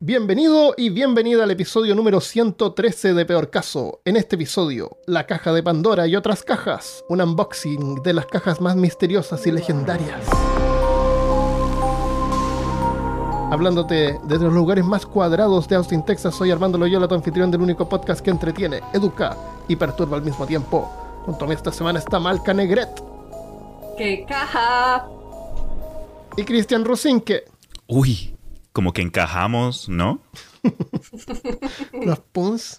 Bienvenido y bienvenida al episodio número 113 de Peor Caso. En este episodio, la caja de Pandora y otras cajas, un unboxing de las cajas más misteriosas y legendarias. Hablándote desde los lugares más cuadrados de Austin, Texas, soy Armando Loyola, tu anfitrión del único podcast que entretiene, educa y perturba al mismo tiempo. Junto a mí esta semana está Malca Negret. ¡Qué caja! Y Cristian Rusinque. Uy, como que encajamos, ¿no? Los puns.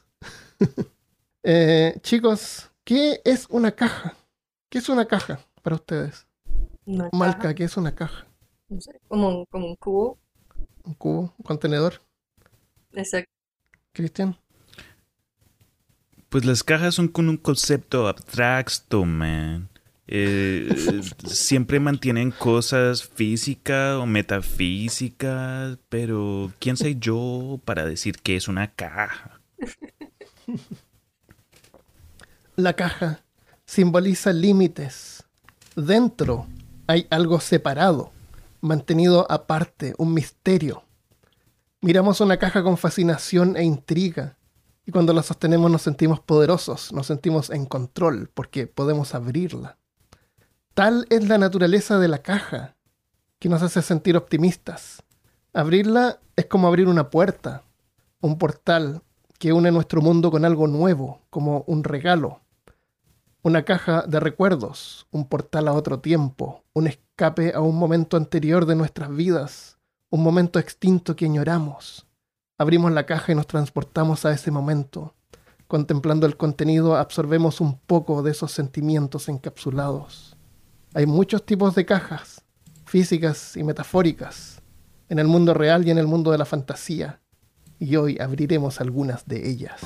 Chicos, ¿qué es una caja? ¿Qué es una caja para ustedes? Una Malca, caja, ¿qué es una caja? no sé, como un cubo. ¿Un cubo? ¿Un contenedor? Exacto. ¿Cristian? Pues las cajas son con un concepto abstracto, man. Siempre mantienen cosas físicas o metafísicas, pero ¿quién soy yo para decir que es una caja? La caja simboliza límites. Dentro hay algo separado, mantenido aparte, un misterio. Miramos una caja con fascinación e intriga, y cuando la sostenemos nos sentimos poderosos, nos sentimos en control, porque podemos abrirla. Tal es la naturaleza de la caja, que nos hace sentir optimistas. Abrirla es como abrir una puerta, un portal que une nuestro mundo con algo nuevo, como un regalo. Una caja de recuerdos, un portal a otro tiempo, un escape a un momento anterior de nuestras vidas, un momento extinto que añoramos. Abrimos la caja y nos transportamos a ese momento. Contemplando el contenido, absorbemos un poco de esos sentimientos encapsulados. Hay muchos tipos de cajas, físicas y metafóricas, en el mundo real y en el mundo de la fantasía, y hoy abriremos algunas de ellas.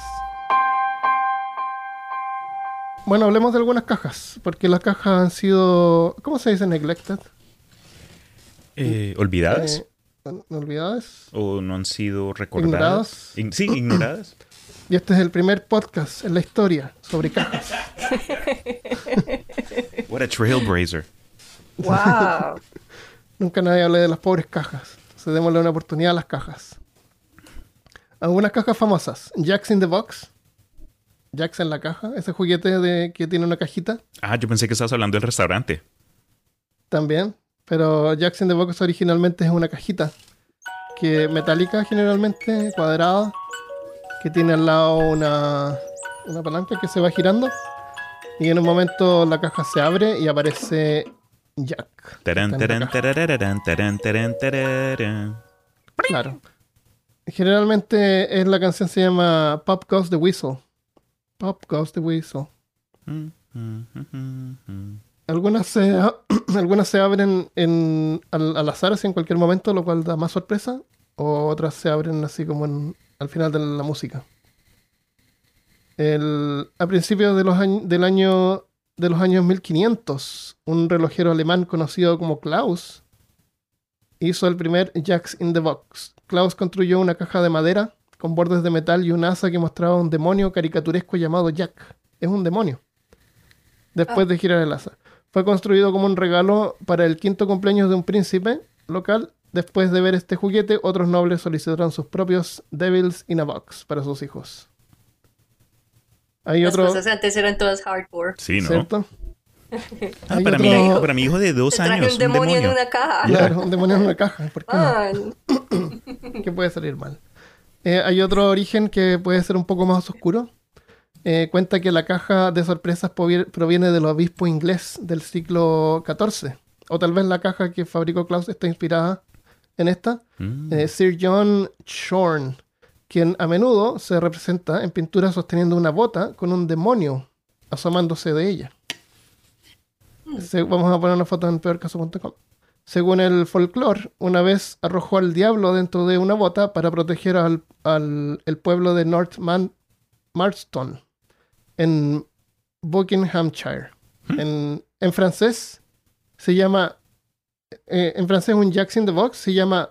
Bueno, hablemos de algunas cajas, porque las cajas han sido, ¿cómo se dice? Neglected. ¿Olvidadas? ¿Olvidadas? ¿O no han sido recordadas? ¿Ignoradas? Sí, ignoradas. Y este es el primer podcast en la historia sobre cajas. What a trailblazer. ¡Wow! Nunca nadie habla de las pobres cajas. Entonces démosle una oportunidad a las cajas. Algunas cajas famosas. Jack in the Box. Jack en la caja. Ese juguete que tiene una cajita. Ah, yo pensé que estabas hablando del restaurante. También. Pero Jack in the Box originalmente es una cajita. Metálica generalmente, cuadrada. Que tiene al lado una palanca que se va girando. Y en un momento la caja se abre y aparece Jack. Tarán, Está en la tarán, caja. tarararán, tarán, tarán, tararán. Claro. Generalmente la canción se llama Pop Goes the Whistle. Pop Goes the Whistle. Algunas se abren al azar, así en cualquier momento, lo cual da más sorpresa. O otras se abren así como al final de la música. A principios de los años 1500, un relojero alemán conocido como Klaus hizo el primer Jack in the Box. Klaus construyó una caja de madera con bordes de metal y un asa que mostraba un demonio caricaturesco llamado Jack. Es un demonio. Después de girar el asa. Fue construido como un regalo para el 5º cumpleaños de un príncipe local. Después de ver este juguete, otros nobles solicitaron sus propios Devils in a Box para sus hijos. Hay Las otro, cosas antes eran todas hardcore. Sí, ¿no? ¿cierto? Ah, Hay para otro- mi hijo de 2 Te traje años, un demonio en demonio. una caja. Claro, un demonio en una caja. ¿Por qué no? Man. ¿Qué puede salir mal? Hay otro origen que puede ser un poco más oscuro. Cuenta que la caja de sorpresas proviene del obispo inglés del siglo XIV. O tal vez la caja que fabricó Klaus está inspirada en esta. Sir John Shorn, quien a menudo se representa en pintura sosteniendo una bota con un demonio asomándose de ella. Vamos a poner una foto en peorcaso.com. Según el folclore, una vez arrojó al diablo dentro de una bota para proteger el pueblo de Marston, en Buckinghamshire. En francés se llama... en francés un Jack in the Box se llama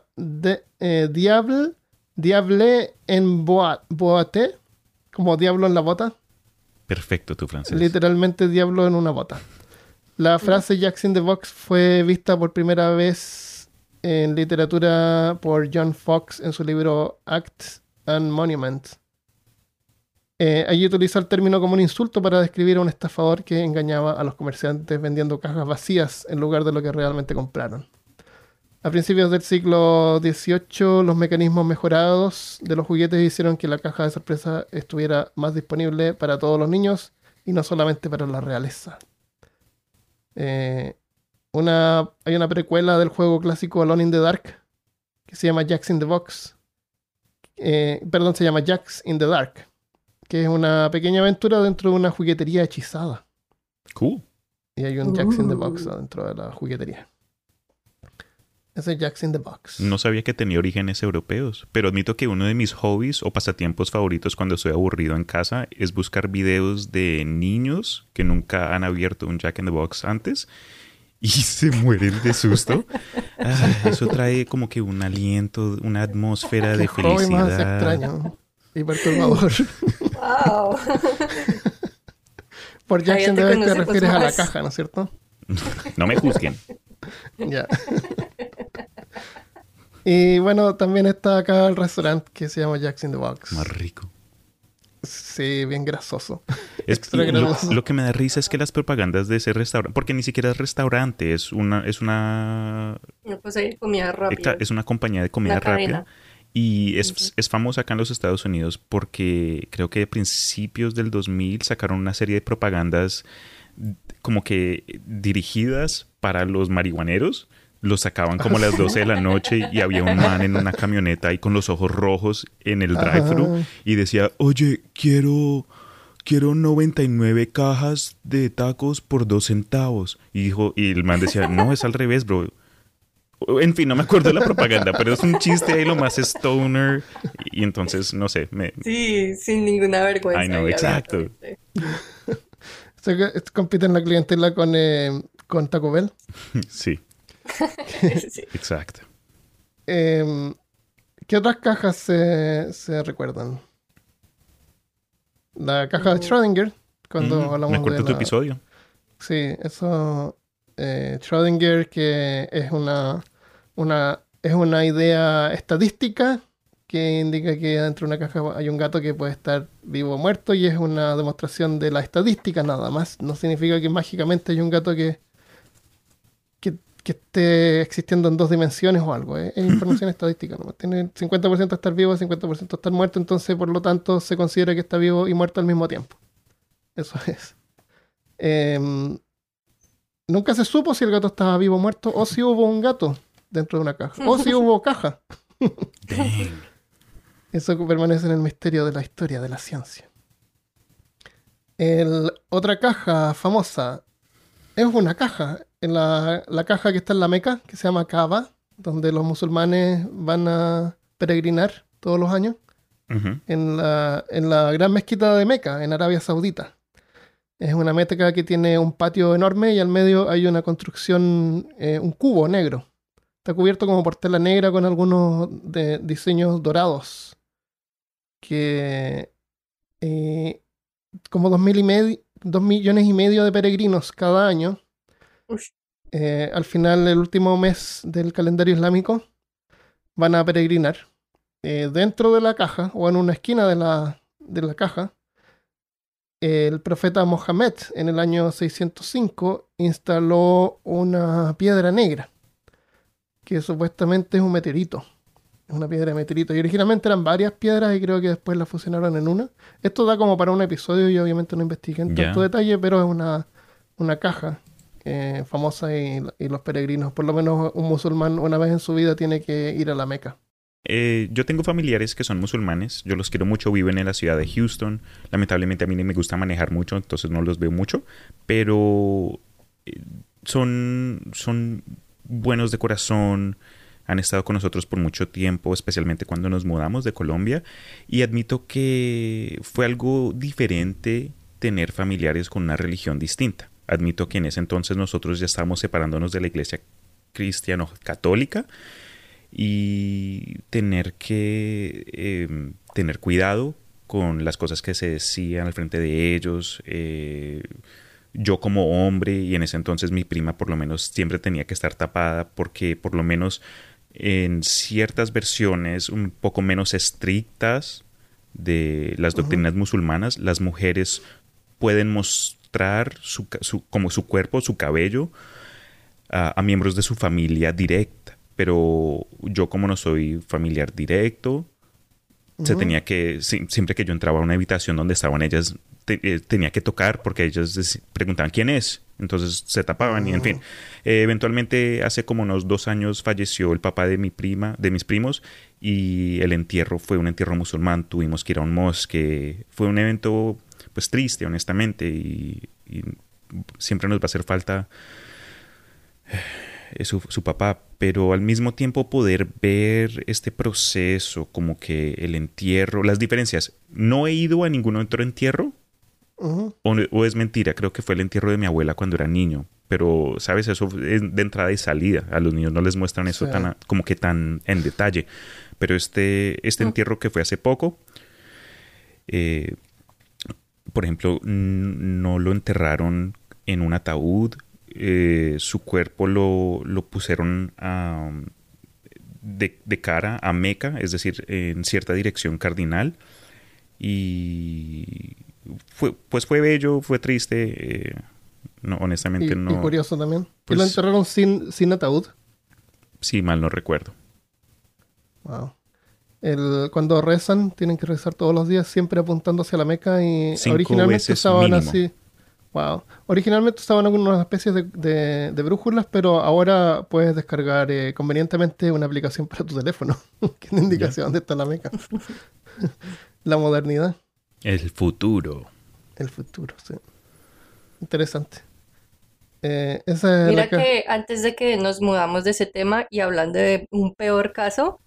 Diable en boîte, como diablo en la bota. Perfecto tu francés. Literalmente diablo en una bota. La frase Jack in the Box fue vista por primera vez en literatura por John Fox en su libro Acts and Monuments. Allí utiliza el término como un insulto para describir a un estafador que engañaba a los comerciantes vendiendo cajas vacías en lugar de lo que realmente compraron. A principios del siglo XVIII, los mecanismos mejorados de los juguetes hicieron que la caja de sorpresa estuviera más disponible para todos los niños y no solamente para la realeza. Eh, hay una precuela del juego clásico Alone in the Dark que se llama Jack in the Box. Se llama Jack's in the Dark, que es una pequeña aventura dentro de una juguetería hechizada. Cool. Y hay un Jack's in the Box dentro de la juguetería. Ese es Jack's in the Box. No sabía que tenía orígenes europeos, pero admito que uno de mis hobbies o pasatiempos favoritos cuando estoy aburrido en casa es buscar videos de niños que nunca han abierto un Jack in the Box antes y se mueren de susto. Eso trae como que un aliento, una atmósfera de hobby más felicidad. extraño y perturbador. Wow. Por Jack's in the Cállate Box te cuando refieres a la sepas caja, ¿no es cierto? No me juzguen. Ya. Y bueno, también está acá el restaurante que se llama Jack's in the Box. Más rico. Sí, bien grasoso. Es, Extra grasoso. lo que me da risa es que las propagandas de ese restaurante, porque ni siquiera es restaurante, es una No, pues hay comida rápida. es una compañía de comida Una rápida. cadena. Y es famosa acá en los Estados Unidos porque creo que a principios del 2000 sacaron una serie de propagandas como que dirigidas para los marihuaneros. Los sacaban como a las 12 de la noche y había un man en una camioneta ahí con los ojos rojos en el drive-thru y decía, oye, quiero 99 cajas de tacos por 2 centavos. Y el man decía, no, es al revés, bro. En fin, no me acuerdo de la propaganda, pero es un chiste ahí lo más stoner. Y entonces, no sé. Sí, sin ninguna vergüenza. Ay, no, exacto. abiertamente. Compiten la clientela con Taco Bell. Sí, Sí. exacto. ¿Qué otras cajas se recuerdan? La caja de Schrödinger, cuando hablamos me acuerdo de de tu episodio. Sí, eso... Schrödinger, que es es una idea estadística que indica que dentro de una caja hay un gato que puede estar vivo o muerto y es una demostración de la estadística nada más. No significa que mágicamente hay un gato que esté existiendo en 2 dimensiones o algo. Es información estadística, ¿no? Tiene 50% estar vivo, 50% estar muerto, entonces por lo tanto se considera que está vivo y muerto al mismo tiempo. Eso es. Nunca se supo si el gato estaba vivo o muerto o si hubo un gato dentro de una caja o si hubo caja. Dang. Eso permanece en el misterio de la historia de la ciencia. Otra caja famosa es una caja. En la caja que está en la Meca, que se llama Kaaba, donde los musulmanes van a peregrinar todos los años, Ujú. en la gran mezquita de Meca, en Arabia Saudita. Es una meca que tiene un patio enorme y al medio hay una construcción, un cubo negro. Está cubierto como por tela negra con algunos diseños dorados. Que como 2 millones y medio de peregrinos cada año. Ush. Al final, el último mes del calendario islámico, van a peregrinar. Dentro de la caja o en una esquina de la caja, el profeta Mohammed en el año 605 instaló una piedra negra que supuestamente es un meteorito. Es una piedra de meteorito. Y originalmente eran varias piedras y creo que después las fusionaron en una. Esto da como para un episodio y obviamente no investigué en tanto detalle, pero es una caja famosa y los peregrinos, por lo menos un musulmán una vez en su vida tiene que ir a la Meca. Yo tengo familiares que son musulmanes. Yo los quiero mucho. Viven en la ciudad de Houston. Lamentablemente a mí no me gusta manejar mucho, entonces no los veo mucho. Pero son buenos de corazón. Han estado con nosotros por mucho tiempo, especialmente cuando nos mudamos de Colombia. Y admito que fue algo diferente tener familiares con una religión distinta. Admito que en ese entonces nosotros ya estábamos separándonos de la iglesia cristiano-católica y tener que tener cuidado con las cosas que se decían al frente de ellos. yo como hombre, y en ese entonces mi prima por lo menos siempre tenía que estar tapada porque por lo menos en ciertas versiones un poco menos estrictas de las doctrinas musulmanas, las mujeres pueden mostrar como su cuerpo, su cabello a miembros de su familia directa. Pero yo como no soy familiar directo, se tenía que, siempre que yo entraba a una habitación donde estaban ellas, tenía que tocar porque ellas preguntaban quién es. Entonces se tapaban y en fin. Eventualmente hace como unos 2 años falleció el papá de mi prima, de mis primos, y el entierro fue un entierro musulmán. Tuvimos que ir a un mosque. Fue un evento pues triste, honestamente, y siempre nos va a hacer falta su papá, pero al mismo tiempo poder ver este proceso, como que el entierro, las diferencias. No he ido a ningún otro entierro, o es mentira, creo que fue el entierro de mi abuela cuando era niño, pero sabes, eso es de entrada y salida. A los niños no les muestran eso como que tan en detalle, pero este entierro que fue hace poco, por ejemplo, no lo enterraron en un ataúd. Su cuerpo lo pusieron de cara a Meca, es decir, en cierta dirección cardinal, y fue bello, fue triste, no, honestamente no. Y curioso también. Pues, ¿y lo enterraron sin ataúd? Sí, mal no recuerdo. Wow. Cuando rezan, tienen que rezar todos los días, siempre apuntando hacia la Meca, y 5 originalmente veces usaban mínimo. así. Wow. Originalmente usaban algunas especies de brújulas, pero ahora puedes descargar convenientemente una aplicación para tu teléfono que te indica hacia dónde está la Meca. La modernidad. El futuro. El futuro, sí. Interesante. Esa es Mira que antes de que nos mudamos de ese tema y hablando de un peor caso,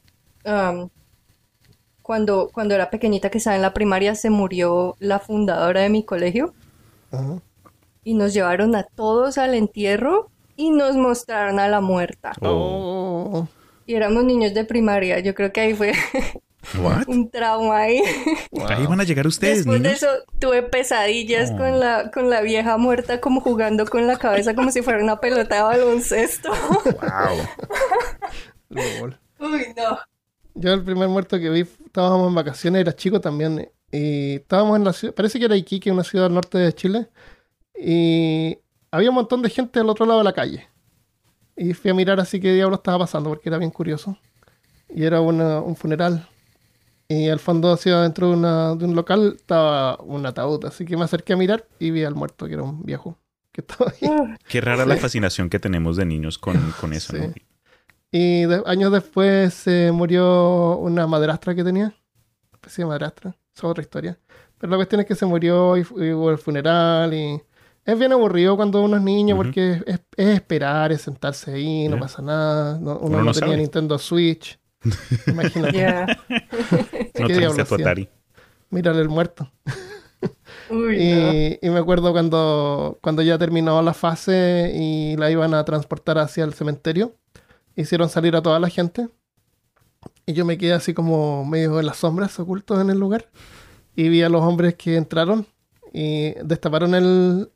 cuando era pequeñita que estaba en la primaria se murió la fundadora de mi colegio. Ajá. Y nos llevaron a todos al entierro y nos mostraron a la muerta. Oh. Y éramos niños de primaria. Yo creo que ahí fue What? un trauma ahí. Wow. Ahí van a llegar ustedes, Después de niños. eso tuve pesadillas con la vieja muerta, como jugando con la cabeza como si fuera una pelota de baloncesto. Wow. Lol. Uy, no. Yo el primer muerto que vi, estábamos en vacaciones, era chico también, y estábamos en la ciudad, parece que era Iquique, una ciudad al norte de Chile, y había un montón de gente al otro lado de la calle. Y fui a mirar así qué diablo estaba pasando, porque era bien curioso. Y era un funeral. Y al fondo, hacia dentro de un local, estaba un ataúd. Así que me acerqué a mirar y vi al muerto, que era un viejo que estaba ahí. Qué rara la fascinación que tenemos de niños con eso, Sí. ¿no? Y años después se murió una madrastra que tenía. Una especie de madrastra. Esa es otra historia. Pero la cuestión es que se murió y hubo el funeral. Y es bien aburrido cuando uno es niño porque es esperar, es sentarse ahí, no pasa nada. Uno no tenía sabe. Nintendo Switch. Imagínate. Ya. No ¿Qué trajiste diablo a tu hacía? Atari. Mírale el muerto. Uy, no. Y me acuerdo cuando ya terminó la fase y la iban a transportar hacia el cementerio, hicieron salir a toda la gente y yo me quedé así como medio en las sombras, ocultos en el lugar, y vi a los hombres que entraron y destaparon el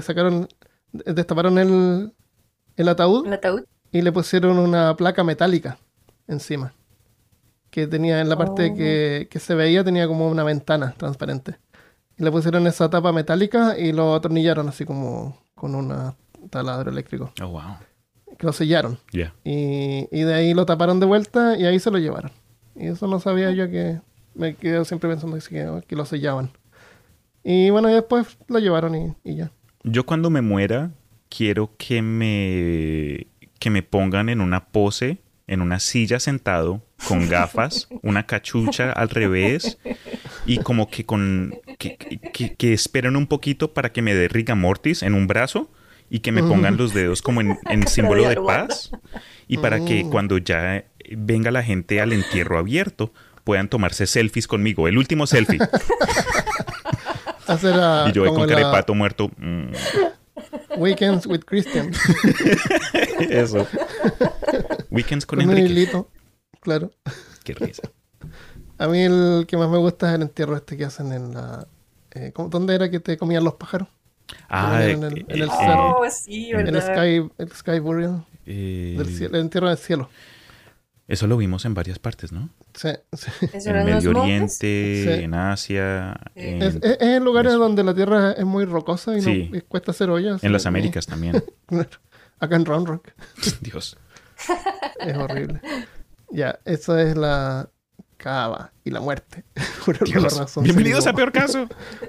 ataúd ¿El ataúd? y le pusieron una placa metálica encima, que tenía en la parte que se veía, tenía como una ventana transparente. Y le pusieron esa tapa metálica y lo atornillaron así como con un taladro eléctrico. Oh, wow. Que lo sellaron. Yeah. Y de ahí lo taparon de vuelta y ahí se lo llevaron. Y eso no sabía yo, que me quedé siempre pensando que lo sellaban. Y bueno, y después lo llevaron y ya. Yo cuando me muera quiero que me pongan en una pose, en una silla sentado, con gafas, una cachucha al revés y como que que esperen un poquito para que me dé rigor mortis en un brazo y que me pongan los dedos como en símbolo de paz y para que cuando ya venga la gente al entierro abierto puedan tomarse selfies conmigo. El último selfie. Y yo ahí con carepato muerto. Weekends with Christian. Eso. Weekends con un Enrique. hilito. Claro. Qué risa. A mí el que más me gusta es el entierro que hacen en la... ¿dónde era que te comían los pájaros? En el cerro. Oh, sí, El ¿verdad? Sky Burial. Del cielo, el entierro del cielo. Eso lo vimos en varias partes, ¿no? Sí, sí. ¿Eso En eran los Medio monjes? Oriente, Sí. en Asia, en, Es en lugares donde la tierra es muy rocosa y, Sí. y cuesta hacer hoyos. en las Américas también. Acá en Round Rock. Dios. Es horrible. Ya, esa es la cava y la muerte. Por alguna Dios. razón. Bienvenidos a se Peor Caso.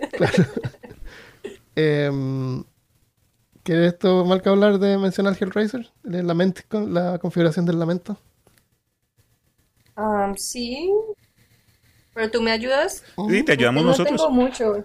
¿Quieres esto, Malca, hablar de mencionar Hellraiser? De la configuración del lamento. Sí, pero tú me ayudas. Sí, te ayudamos No nosotros. tengo mucho.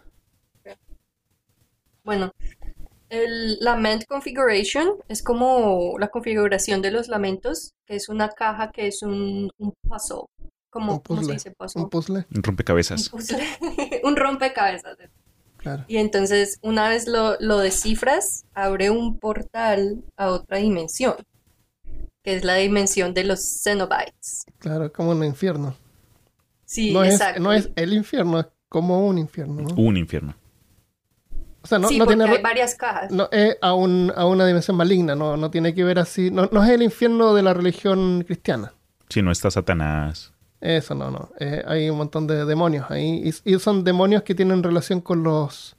Bueno, el Lament Configuration es como la configuración de los lamentos, que es una caja que es un puzzle. Un ¿Cómo se puzzle. dice puzzle? Un puzzle, Un Rompecabezas. puzzle. Un rompecabezas. claro. Y entonces, una vez lo descifras, abre un portal a otra dimensión, que es la dimensión de los Cenobites. Claro, como un infierno. Sí, No exacto. no es el infierno, es como un infierno, ¿no? Un infierno. O sea, no, Sí, no porque tiene... hay varias cajas. No, es a una dimensión maligna, no tiene que ver así. No, no es el infierno de la religión cristiana. Si no está Satanás. Eso no. Hay un montón de demonios ahí. Y son demonios que tienen relación con los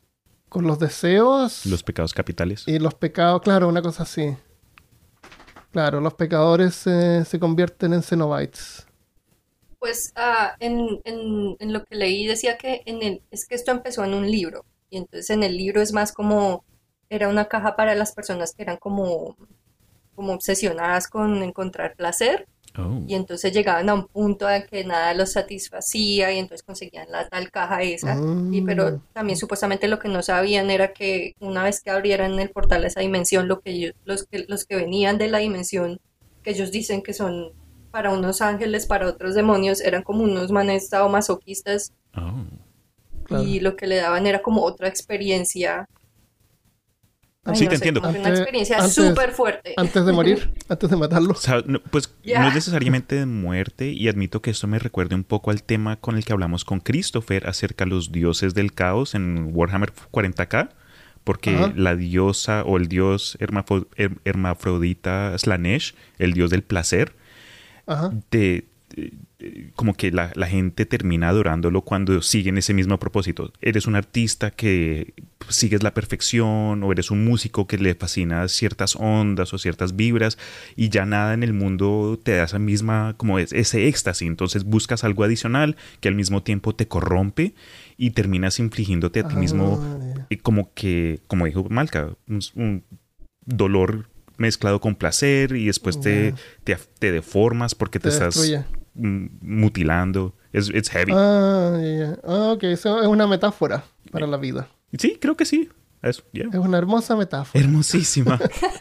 deseos Los pecados capitales. y los pecados. Claro, una cosa así. Claro, los pecadores se convierten en Cenobites. Pues en lo que leí decía que es que esto empezó en un libro. Y entonces en el libro es más como, era una caja para las personas que eran como obsesionadas con encontrar placer. Oh. Y entonces llegaban a un punto en que nada los satisfacía y entonces conseguían la tal caja esa. Pero también supuestamente lo que no sabían era que una vez que abrieran el portal a esa dimensión, los que venían de la dimensión, que ellos dicen que son para unos ángeles, para otros demonios, eran como unos manes sadomasoquistas Oh. Claro. y lo que le daban era como otra experiencia. Ay, Sí, no te sé, entiendo. como que una Antes- experiencia antes- súper fuerte. Antes de morir, antes de matarlo. O sea, pues Ya. no es necesariamente de muerte y admito que esto me recuerda un poco al tema con el que hablamos con Christopher acerca de los dioses del caos en Warhammer 40k, porque Ajá. la diosa o el dios hermafrodita Slanesh, el dios del placer, Ajá. como que la gente termina adorándolo cuando siguen ese mismo propósito. Eres un artista que sigues la perfección o eres un músico que le fascina ciertas ondas o ciertas vibras y ya nada en el mundo te da esa misma, como ese éxtasis. Entonces buscas algo adicional que al mismo tiempo te corrompe y terminas infligiéndote a ti mismo como dijo Malca, un dolor mezclado con placer y después te deformas porque te estás destruye. mutilando. It's heavy. Ok, eso es una metáfora para la vida. Sí, creo que sí. Eso, yeah. Es una hermosa metáfora. Hermosísima.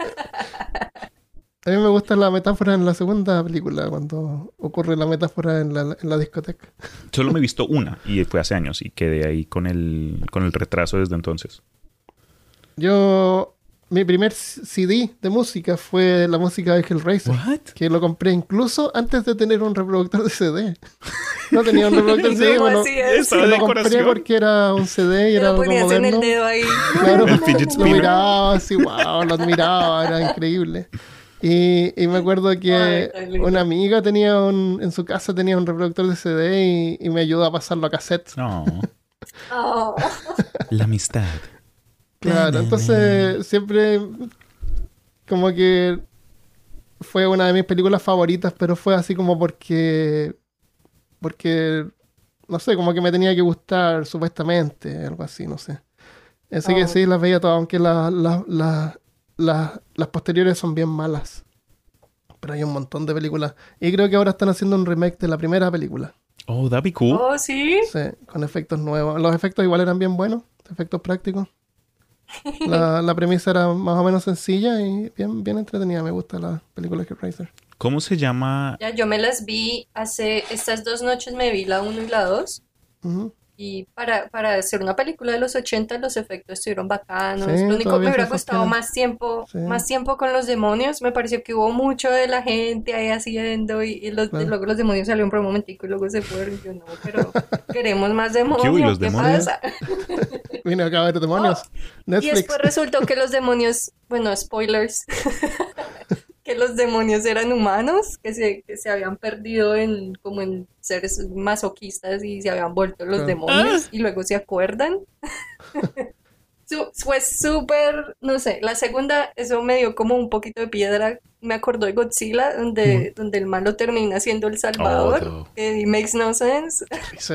A mí me gusta la metáfora en la segunda película, cuando ocurre la metáfora en la discoteca. Solo me he visto una y fue hace años y quedé ahí con el retraso desde entonces. Mi primer CD de música fue la música de Hellraiser. What? Que lo compré incluso antes de tener un reproductor de CD. No tenía un reproductor de CD, ¿Cómo bueno, así es? Estaba lo de compré decoración. porque era un CD y Te era lo algo ponías en el moderno. dedo ahí. Claro, El fidget lo spinner. miraba así, wow, lo admiraba, era increíble. Y me acuerdo que Ay, tan lindo. una amiga en su casa tenía un reproductor de CD y me ayudó a pasarlo a cassette. No. Oh. La amistad. Claro, entonces siempre como que fue una de mis películas favoritas, pero fue así como porque no sé, como que me tenía que gustar supuestamente, algo así, no sé. Así que Oh. sí, las veía todas, aunque las posteriores son bien malas. Pero hay un montón de películas. Y creo que ahora están haciendo un remake de la primera película. Oh, that'd be cool. Oh, sí. Sí, con efectos nuevos. Los efectos igual eran bien buenos, efectos prácticos. La premisa era más o menos sencilla y bien entretenida. Me gusta la película Hellraiser. ¿Cómo se llama? Ya, yo me las vi estas 2 noches me vi la 1 y la 2. Ujú. Y para hacer una película de los 80 los efectos estuvieron bacanos. Sí, Lo único todavía me hubiera se gustado sostienen. más Sí. tiempo con los demonios. Me pareció que hubo mucho de la gente ahí haciendo y Claro. luego los demonios salieron por un momentico y luego se fueron. Y yo no, pero queremos más ¿Qué hubo? ¿Y demonios. los ¿Qué demonios? pasa? Vino acá a ver demonios. Y Netflix. después resultó que los demonios, bueno, spoilers, que los demonios eran humanos, que se habían perdido como en seres masoquistas y se habían vuelto los demonios y luego se acuerdan. Fue súper, no sé, la segunda, eso me dio como un poquito de piedra. Me acordó de Godzilla, donde el malo termina siendo el salvador. no. It makes no sense. Sí.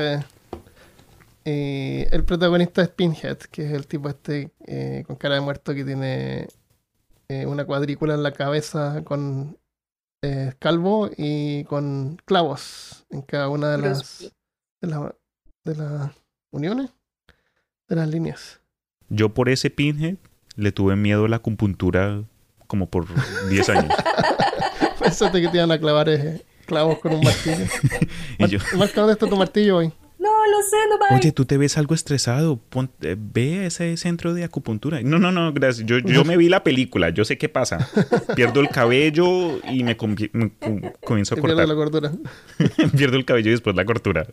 El protagonista es Pinhead, que es el tipo con cara de muerto que tiene una cuadrícula en la cabeza con calvo y con clavos en cada una de las uniones, de las líneas. Yo por ese Pinhead le tuve miedo a la acupuntura como por 10 años. Pensaste que te iban a clavar clavos con un martillo. Y yo, Marca, ¿dónde está tu martillo hoy? No, lo sé, no va. oye, tú te ves algo estresado. Ve a ese centro de acupuntura. No, gracias. Yo me vi la película. Yo sé qué pasa. Pierdo el cabello y me comienzo a Te cortar. pierdes la cordura. Pierdo el cabello y después la cortura.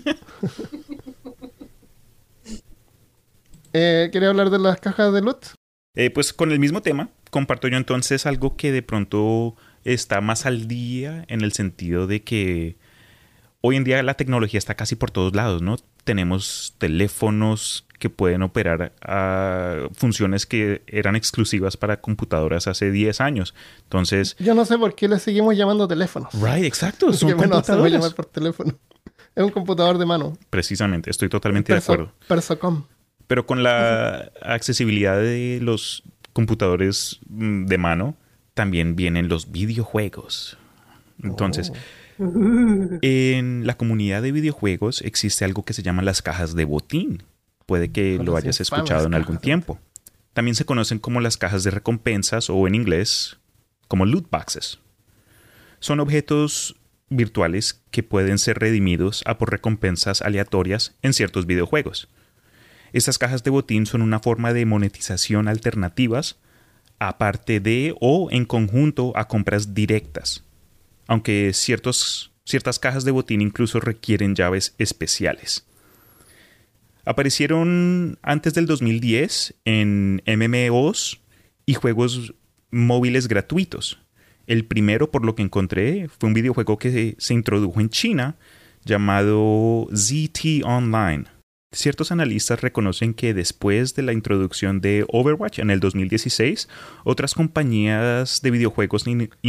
¿Quieres hablar de las cajas de loot? Pues con el mismo tema, comparto yo entonces algo que de pronto está más al día en el sentido de que hoy en día la tecnología está casi por todos lados, ¿no? Tenemos teléfonos que pueden operar a funciones que eran exclusivas para computadoras hace 10 años. Entonces... Yo no sé por qué le seguimos llamando teléfonos. Right, exacto. Son Que menos se va a computadoras. llamar por teléfono. Es un computador de mano. Precisamente, estoy totalmente de acuerdo. Persocom. Pero con la accesibilidad de los computadores de mano, también vienen los videojuegos. Entonces, en la comunidad de videojuegos existe algo que se llama las cajas de botín. Puede que Con lo las hayas infames escuchado en algún cajas de tiempo. También se conocen como las cajas de recompensas o en inglés como loot boxes. Son objetos virtuales que pueden ser redimidos a por recompensas aleatorias en ciertos videojuegos. Estas cajas de botín son una forma de monetización alternativas aparte de o en conjunto a compras directas, aunque ciertas cajas de botín incluso requieren llaves especiales. Aparecieron antes del 2010 en MMOs y juegos móviles gratuitos. El primero, por lo que encontré, fue un videojuego que se introdujo en China llamado ZT Online. Ciertos analistas reconocen que después de la introducción de Overwatch en el 2016, otras compañías de videojuegos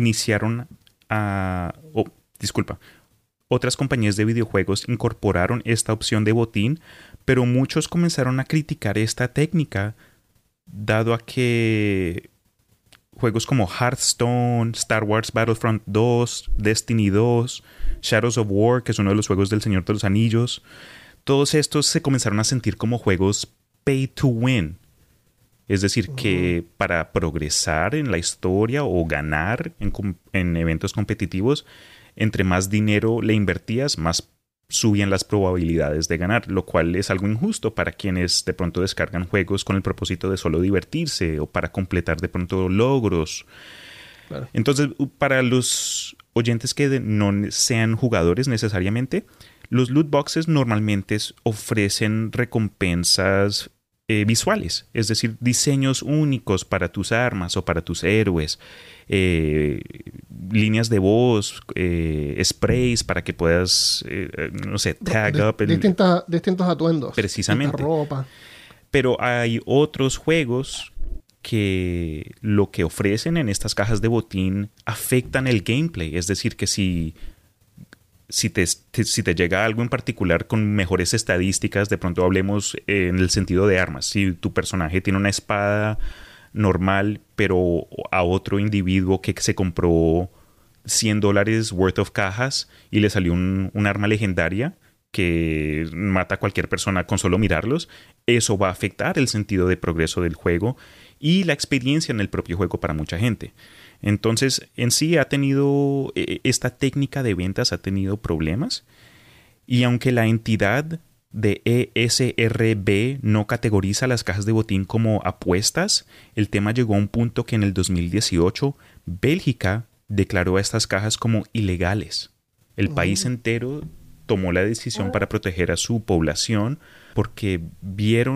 otras compañías de videojuegos incorporaron esta opción de botín, pero muchos comenzaron a criticar esta técnica, dado a que juegos como Hearthstone, Star Wars Battlefront 2, Destiny 2, Shadows of War, que es uno de los juegos del Señor de los Anillos, todos estos se comenzaron a sentir como juegos pay to win. Es decir, que para progresar en la historia o ganar en eventos competitivos, entre más dinero le invertías, más subían las probabilidades de ganar, lo cual es algo injusto para quienes de pronto descargan juegos con el propósito de solo divertirse o para completar de pronto logros. Claro. Entonces, para los oyentes que no sean jugadores necesariamente, los loot boxes normalmente ofrecen recompensas visuales, es decir, diseños únicos para tus armas o para tus héroes, líneas de voz, sprays para que puedas, no sé, tag up. Distintos atuendos. Precisamente. Ropa. Pero hay otros juegos que lo que ofrecen en estas cajas de botín afectan el gameplay, es decir, que si te llega algo en particular con mejores estadísticas, de pronto hablemos en el sentido de armas. Si tu personaje tiene una espada normal, pero a otro individuo que se compró $100 worth of cajas y le salió un arma legendaria que mata a cualquier persona con solo mirarlos, eso va a afectar el sentido de progreso del juego y la experiencia en el propio juego para mucha gente. Entonces, en sí esta técnica de ventas ha tenido problemas, y aunque la entidad de ESRB no categoriza las cajas de botín como apuestas, el tema llegó a un punto que en el 2018 Bélgica declaró a estas cajas como ilegales. El país entero tomó la decisión para proteger a su población porque vieron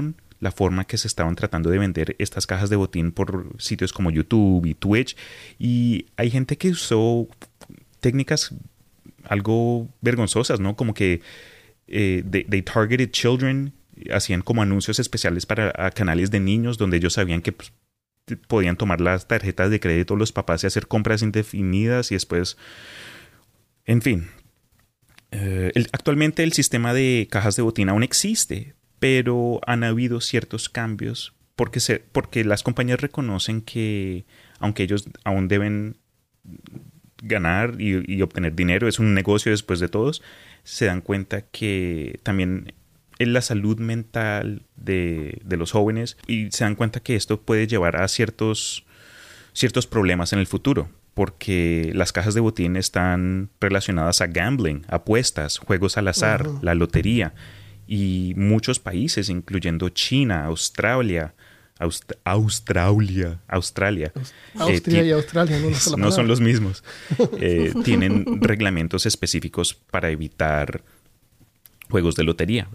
la forma que se estaban tratando de vender estas cajas de botín por sitios como YouTube y Twitch. Y hay gente que usó técnicas algo vergonzosas, ¿no? Como que they targeted children, hacían como anuncios especiales para canales de niños donde ellos sabían que pues, podían tomar las tarjetas de crédito los papás y hacer compras indefinidas y después... En fin, actualmente el sistema de cajas de botín aún existe, pero han habido ciertos cambios porque las compañías reconocen que aunque ellos aún deben ganar y obtener dinero, es un negocio después de todos, se dan cuenta que también en la salud mental de los jóvenes y se dan cuenta que esto puede llevar a ciertos problemas en el futuro, porque las cajas de botín están relacionadas a gambling, apuestas, juegos al azar, la lotería, y muchos países, incluyendo China, Australia, Austria y Australia no son los mismos. Tienen reglamentos específicos para evitar juegos de lotería.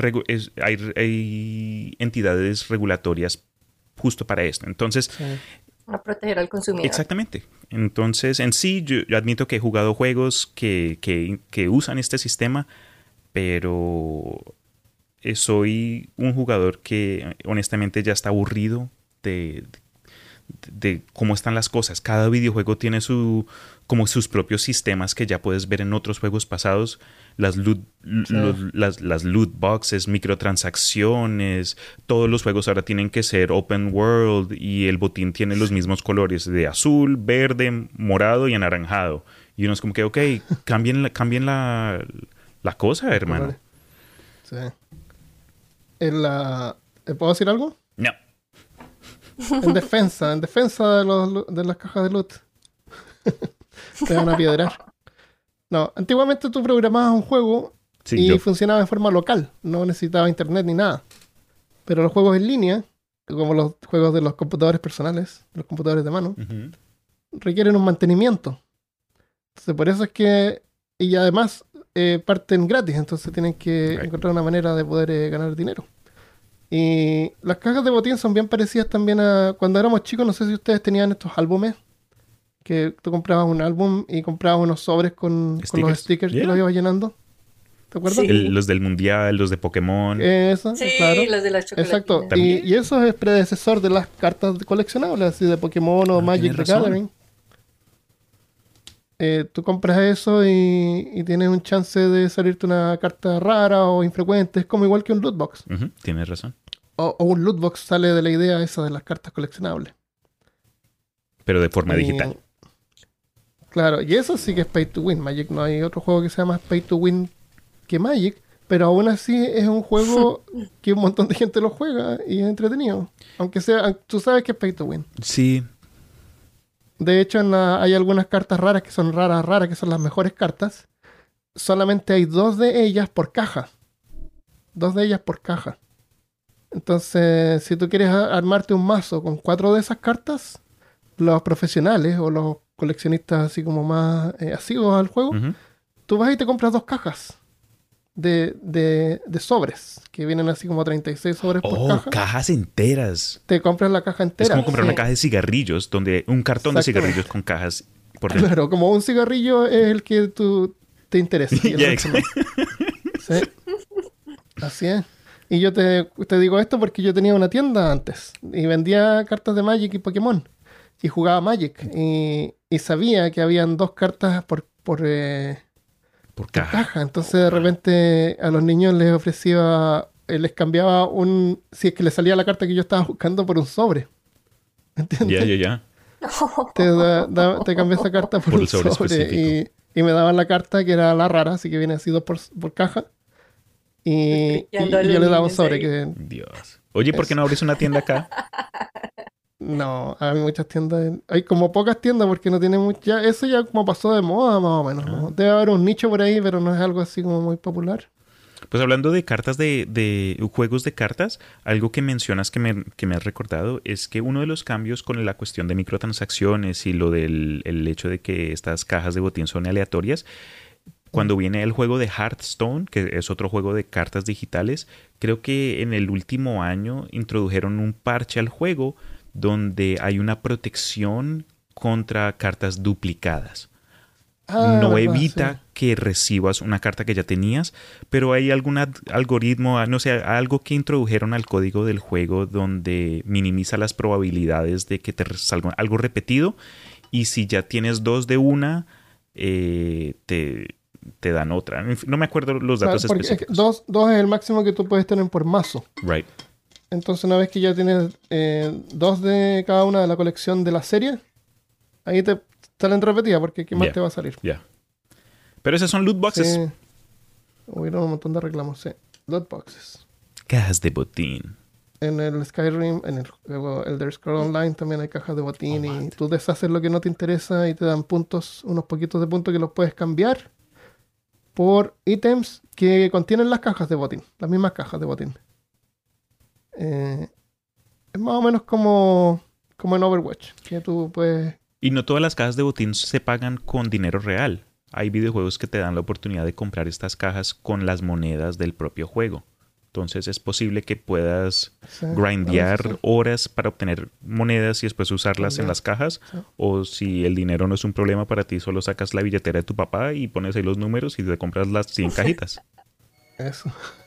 Hay entidades regulatorias justo para esto. Entonces, sí. A proteger al consumidor. Exactamente. Entonces, en sí, yo admito que he jugado juegos que usan este sistema, pero soy un jugador que honestamente ya está aburrido de cómo están las cosas. Cada videojuego tiene como sus propios sistemas que ya puedes ver en otros juegos pasados. Las loot boxes, microtransacciones, todos los juegos ahora tienen que ser open world y el botín tiene los mismos colores de azul, verde, morado y anaranjado. Y uno es como que, ok, cambien la cosa, hermano. Sí. ¿Puedo decir algo? No. En defensa de las cajas de loot. Te van a piedrar. No, antiguamente tú programabas un juego y funcionaba de forma local. No necesitaba internet ni nada. Pero los juegos en línea, como los juegos de los computadores personales, los computadores de mano, requieren un mantenimiento. Entonces por eso es que... Y además parten gratis, entonces tienen que encontrar una manera de poder ganar dinero. Y las cajas de botín son bien parecidas también a... Cuando éramos chicos, no sé si ustedes tenían estos álbumes, que tú comprabas un álbum y comprabas unos sobres con los stickers que los ibas llenando. ¿Te acuerdas? Sí. Los del Mundial, los de Pokémon. Eso, sí, claro. los de las chocolatinas. Exacto. Y eso es predecesor de las cartas coleccionables, así de Pokémon o Magic the Gathering. Tú compras eso y tienes un chance de salirte una carta rara o infrecuente. Es como igual que un loot box. Tienes razón. O un loot box sale de la idea esa de las cartas coleccionables. Pero de forma digital. Claro, y eso sí que es pay to win. Magic no hay otro juego que sea más pay to win que Magic, pero aún así es un juego que un montón de gente lo juega y es entretenido. Aunque sea, tú sabes que es pay to win. Sí. De hecho, hay algunas cartas raras que son raras, que son las mejores cartas. Solamente hay 2 de ellas por caja. 2 de ellas por caja. Entonces, si tú quieres armarte un mazo con 4 de esas cartas, los profesionales o los coleccionistas así como más asiduos al juego, tú vas y te compras 2 cajas de sobres, que vienen así como 36 sobres por caja. Cajas enteras. Te compras la caja entera. Es como comprar una caja de cigarrillos, donde un cartón de cigarrillos con cajas por dentro. Claro, como un cigarrillo es el que te interesa. Sí. Así es. Y yo te digo esto porque yo tenía una tienda antes y vendía cartas de Magic y Pokémon. Y jugaba Magic. Y sabía que habían 2 cartas por caja. Entonces de repente a los niños les ofrecía, les cambiaba si es que les salía la carta que yo estaba buscando por un sobre. ¿Entiendes? Ya. Te cambié esa carta por un sobre y me daban la carta que era la rara, así que viene así 2 por caja. Y yo le daba un sobre que... Dios. Oye, ¿por qué no abres una tienda acá? No, hay muchas tiendas. Hay como pocas tiendas porque no tiene mucha. Eso ya como pasó de moda, más o menos. ¿No? Debe haber un nicho por ahí, pero no es algo así como muy popular. Pues hablando de cartas de juegos de cartas, algo que mencionas que me has recordado es que uno de los cambios con la cuestión de microtransacciones y lo del el hecho de que estas cajas de botín son aleatorias, cuando viene el juego de Hearthstone, que es otro juego de cartas digitales, creo que en el último año introdujeron un parche al juego donde hay una protección contra cartas duplicadas. No verdad, evita sí. que recibas una carta que ya tenías, pero hay algún algoritmo, no sé, algo que introdujeron al código del juego donde minimiza las probabilidades de que te salga algo repetido, y si ya tienes 2 de una, te dan otra. No me acuerdo los datos Porque es que específicos. dos es el máximo que tú puedes tener por mazo. Right. Entonces, una vez que ya tienes 2 de cada una de la colección de la serie, ahí te salen repetidas, porque ¿qué más Yeah. te va a salir? Ya. Pero esos son loot boxes. Sí. Hubieron un montón de reclamos, sí. Loot boxes. Cajas de botín. En el Skyrim, en el juego Elder Scrolls Online también hay cajas de botín y tú deshaces lo que no te interesa y te dan puntos, unos poquitos de puntos que los puedes cambiar por ítems que contienen las cajas de botín, las mismas cajas de botín. Es más o menos como en Overwatch, que tú puedes... Y no todas las cajas de botín se pagan con dinero real. Hay videojuegos que te dan la oportunidad de comprar estas cajas con las monedas del propio juego. Entonces es posible que puedas grindear sí. horas para obtener monedas y después usarlas en las cajas. Sí. O si el dinero no es un problema para ti, solo sacas la billetera de tu papá y pones ahí los números y te compras las 100 cajitas. Eso.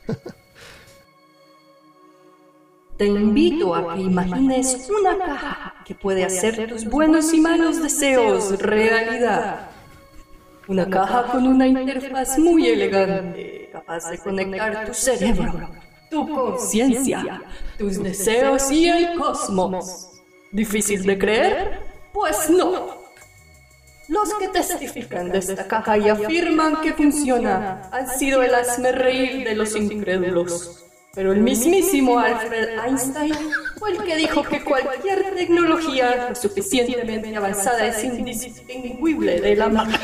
Te invito a que imagines una caja que puede hacer tus buenos y malos deseos realidad. Una caja con una interfaz muy elegante, capaz de conectar tu cerebro, tu conciencia, tus deseos y el cosmos. ¿Difícil de creer? Pues no. Los que testifican de esta caja y afirman que funciona han sido el hazmerreír de los incrédulos. Pero el mismísimo Alfred Einstein fue el que dijo que cualquier tecnología lo suficientemente avanzada es indistinguible de la magia.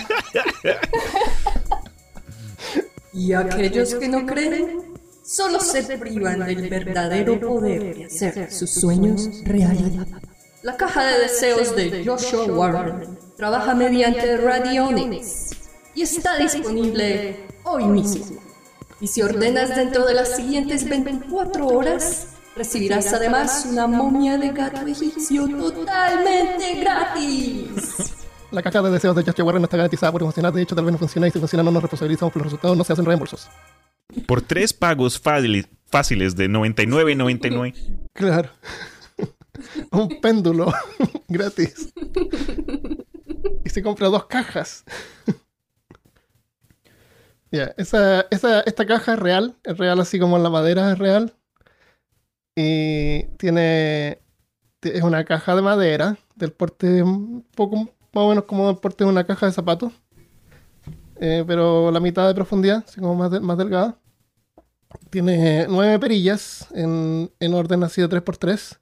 Y aquellos que no creen solo se privan del verdadero poder de hacer sus sueños realidad. La caja de deseos de Joshua Warren trabaja mediante Radionics y está disponible hoy mismo. Y si ordenas dentro de las siguientes 24 horas, recibirás además una momia de gato egipcio totalmente gratis. La caja de deseos de Joshua Warren no está garantizada por funcionar. De hecho, tal vez no funcione y si funciona no nos responsabilizamos por los resultados, no se hacen reembolsos. Por 3 pagos fáciles de $99.99. Claro. Un péndulo gratis. Y se compra 2 cajas. Ya, esta caja es real así como la madera es real. Y es una caja de madera del porte un poco más o menos como el porte de una caja de zapatos. Pero la mitad de profundidad, así como más delgada. Tiene 9 perillas en orden así de 3x3.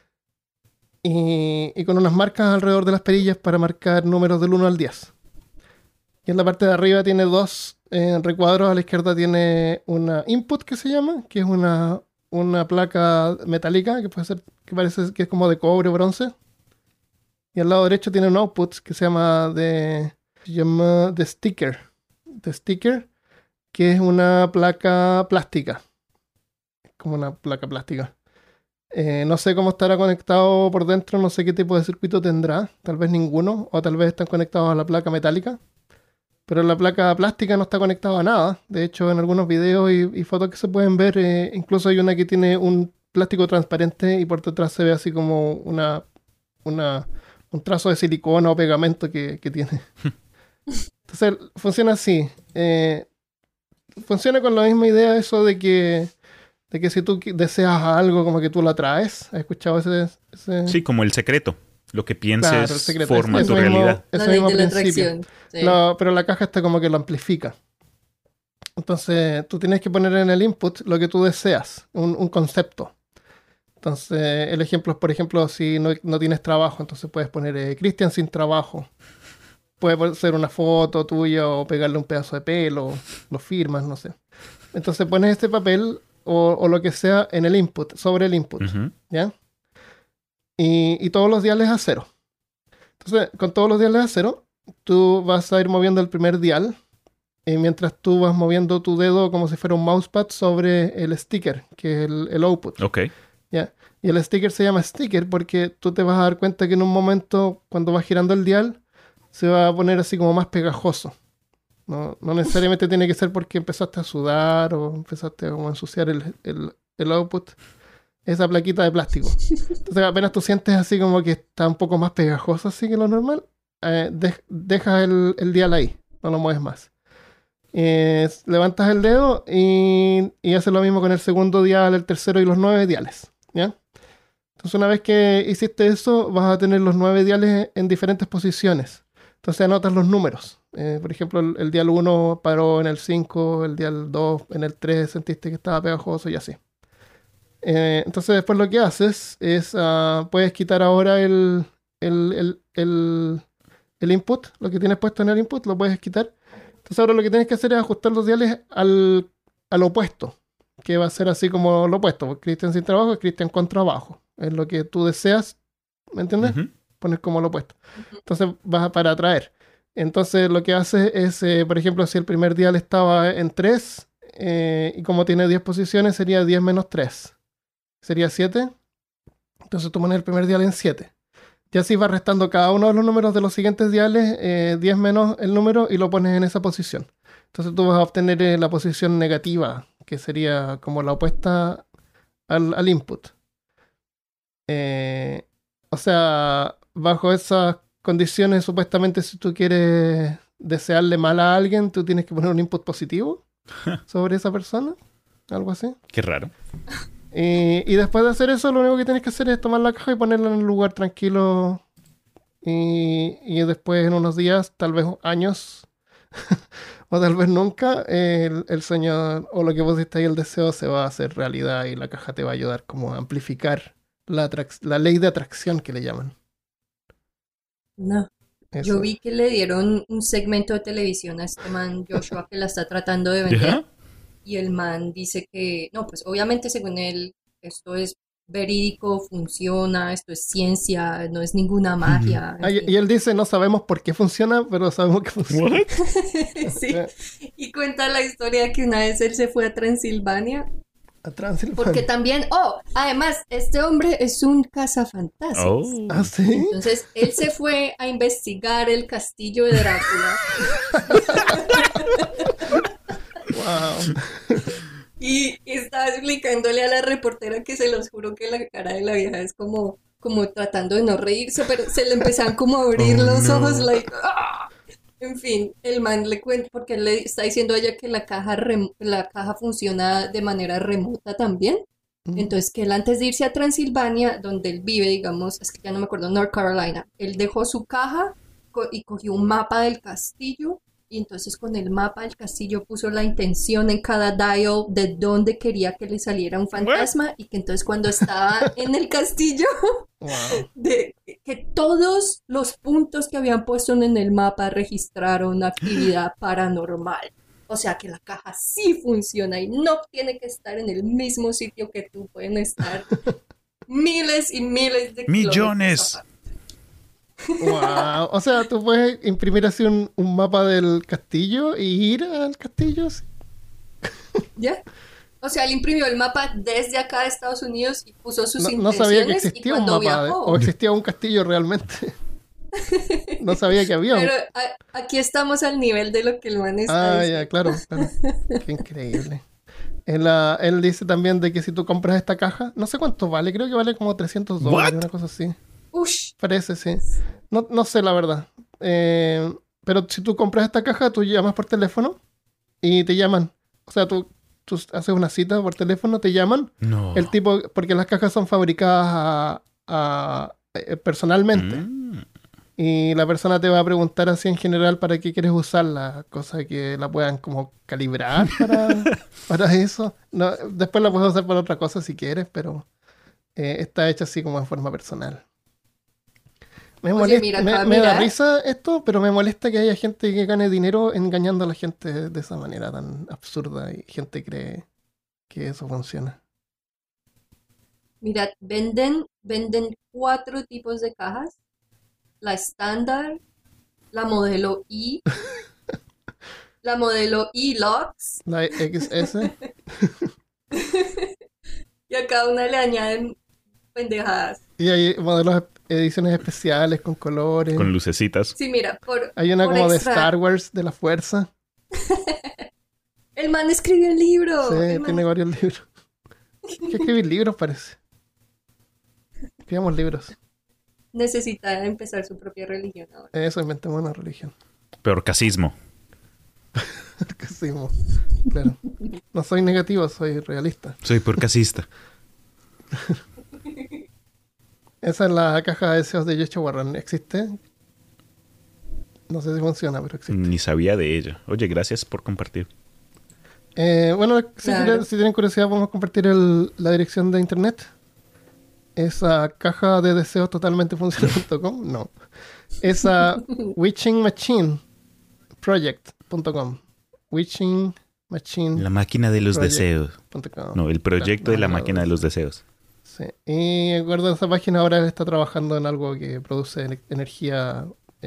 Y con unas marcas alrededor de las perillas para marcar números del 1 al 10. Y en la parte de arriba tiene 2 recuadros. A la izquierda tiene una input que se llama, que es una placa metálica que puede ser, que parece que es como de cobre o bronce. Y al lado derecho tiene un output que se llama The Sticker. The Sticker, que es una placa plástica. Como una placa plástica. No sé cómo estará conectado por dentro, no sé qué tipo de circuito tendrá. Tal vez ninguno, o tal vez están conectados a la placa metálica. Pero la placa plástica no está conectada a nada. De hecho, en algunos videos y fotos que se pueden ver, incluso hay una que tiene un plástico transparente y por detrás se ve así como un trazo de silicona o pegamento que tiene. Entonces, funciona así. Funciona con la misma idea eso de que si tú deseas algo, como que tú lo atraes. ¿Has escuchado ese? Sí, como el secreto. Lo que pienses Claro, el secreto. forma Es tu mismo- realidad. ese La ley mismo de la principio. atracción. Sí. Pero la caja está como que lo amplifica. Entonces, tú tienes que poner en el input lo que tú deseas, un concepto. Entonces, el ejemplo es, por ejemplo, si no tienes trabajo, entonces puedes poner Cristian sin trabajo. Puede ser una foto tuya o pegarle un pedazo de pelo, lo firmas, no sé. Entonces pones este papel o lo que sea en el input, sobre el input, Ujú. ¿ya? Y todos los diales a 0. Entonces, con todos los diales a 0, tú vas a ir moviendo el primer dial mientras tú vas moviendo tu dedo como si fuera un mousepad sobre el sticker, que es el output. Ok. ¿Ya? Y el sticker se llama sticker porque tú te vas a dar cuenta que en un momento, cuando vas girando el dial, se va a poner así como más pegajoso. No necesariamente tiene que ser porque empezaste a sudar o empezaste a como ensuciar el output. Esa plaquita de plástico. Entonces apenas tú sientes así como que está un poco más pegajoso así que lo normal, dejas el dial ahí, no lo mueves más. Levantas el dedo y haces lo mismo con el segundo dial, el tercero y los 9 diales, ¿ya? Entonces una vez que hiciste eso, vas a tener los 9 diales en diferentes posiciones. Entonces anotas los números. Por ejemplo, el dial 1 paró en el 5, el dial 2 en el 3, sentiste que estaba pegajoso y así. Entonces después lo que haces es, puedes quitar ahora el input, lo que tienes puesto en el input, lo puedes quitar. Entonces ahora lo que tienes que hacer es ajustar los diales al opuesto, que va a ser así como lo opuesto, porque Cristian sin trabajo es Cristian con trabajo. Es lo que tú deseas, ¿me entiendes? Pones como lo opuesto. Entonces vas para atraer. Entonces lo que haces es, por ejemplo, si el primer dial estaba en 3, y como tiene 10 posiciones, sería 10 menos 3. Sería 7. Entonces tú pones el primer dial en 7. Y así vas restando cada uno de los números de los siguientes diales, 10 menos el número, y lo pones en esa posición. Entonces tú vas a obtener la posición negativa, que sería como la opuesta al input. O sea, bajo esas condiciones, supuestamente, si tú quieres desearle mal a alguien, tú tienes que poner un input positivo sobre esa persona. Algo así. Qué raro. Y después de hacer eso, lo único que tienes que hacer es tomar la caja y ponerla en un lugar tranquilo. Y después, en unos días, tal vez años, o tal vez nunca, el sueño o lo que pusiste ahí, el deseo, se va a hacer realidad y la caja te va a ayudar como a amplificar la ley de atracción que le llaman. No. Eso. Yo vi que le dieron un segmento de televisión a este man Joshua que la está tratando de vender. ¿Ya? Y el man dice que, no, pues obviamente según él, esto es verídico, funciona, esto es ciencia, no es ninguna magia. en fin. Y él dice, no sabemos por qué funciona, pero sabemos que funciona. What? Sí. Y cuenta la historia de que una vez él se fue a Transilvania. A Transilvania. Porque también, además, este hombre es un cazafantasmas. Oh. ¿Ah, sí? Entonces, él se fue a investigar el castillo de Drácula. Wow. Y estaba explicándole a la reportera que se los juro que la cara de la vieja es como tratando de no reírse, pero se le empezaban como a abrir los ojos, like, ¡ah! En fin, el man le cuenta, porque él le está diciendo a ella que la caja funciona de manera remota también. Entonces, que él antes de irse a Transilvania, donde él vive, digamos, es que ya no me acuerdo, North Carolina, él dejó su caja y cogió un mapa del castillo. Y entonces con el mapa del castillo puso la intención en cada dial de dónde quería que le saliera un fantasma. Y que entonces cuando estaba en el castillo, Wow. que todos los puntos que habían puesto en el mapa registraron actividad paranormal. O sea que la caja sí funciona y no tiene que estar en el mismo sitio que tú. Pueden estar miles y miles de ¡Millones! kilómetros. Wow. O sea, tú puedes imprimir así un mapa del castillo y ir al castillo. ¿Sí? ¿Ya? O sea, él imprimió el mapa desde acá de Estados Unidos y puso sus No intenciones. sabía que existía y un cuando mapa viajó, o existía un castillo realmente. No sabía que había un... Pero aquí estamos al nivel de lo que el man está diciendo. Ya, claro. Qué increíble. Él dice también de que si tú compras esta caja, no sé cuánto vale, creo que vale como $300, What? una cosa así. Ush. Parece, sí. No sé la verdad. Pero si tú compras esta caja, tú llamas por teléfono y te llaman. O sea, tú haces una cita por teléfono, te llaman. No. El tipo, porque las cajas son fabricadas personalmente. Y la persona te va a preguntar así en general para qué quieres usarla, cosa que la puedan como calibrar para eso. No, después la puedes usar para otra cosa si quieres, pero está hecha así como en forma personal. Me da risa esto, pero me molesta que haya gente que gane dinero engañando a la gente de esa manera tan absurda y gente cree que eso funciona. Mira, venden 4 tipos de cajas. La estándar, la modelo I, la modelo E-Lux, La XS. y a cada una le añaden pendejadas. Y hay modelos, ediciones especiales con colores. Con lucecitas. Sí, mira, Hay una por como de extra. Star Wars, de la Fuerza. El man escribió un libro. Sí, El man- tiene varios libros. Hay que escribir libros, parece. Escribamos libros. Necesita empezar su propia religión ahora. Eso, inventemos una religión. Peor casismo. ¿Qué hacemos? Claro. No soy negativo, soy realista. Soy peor casista. Esa es la caja de deseos de Yocho Warren. ¿Existe? No sé si funciona, pero existe. Ni sabía de ella. Oye, gracias por compartir. Bueno, Claro. si tienen curiosidad, vamos a compartir la dirección de internet. Esa caja de deseos totalmente funciona.com. No. Esa Witching Machine Project.com. Witching Machine. La máquina de los Project. deseos. .com. No, el proyecto de la Claro, máquina de los deseos. Sí. Y acuerdo de esa página ahora está trabajando en algo que produce energía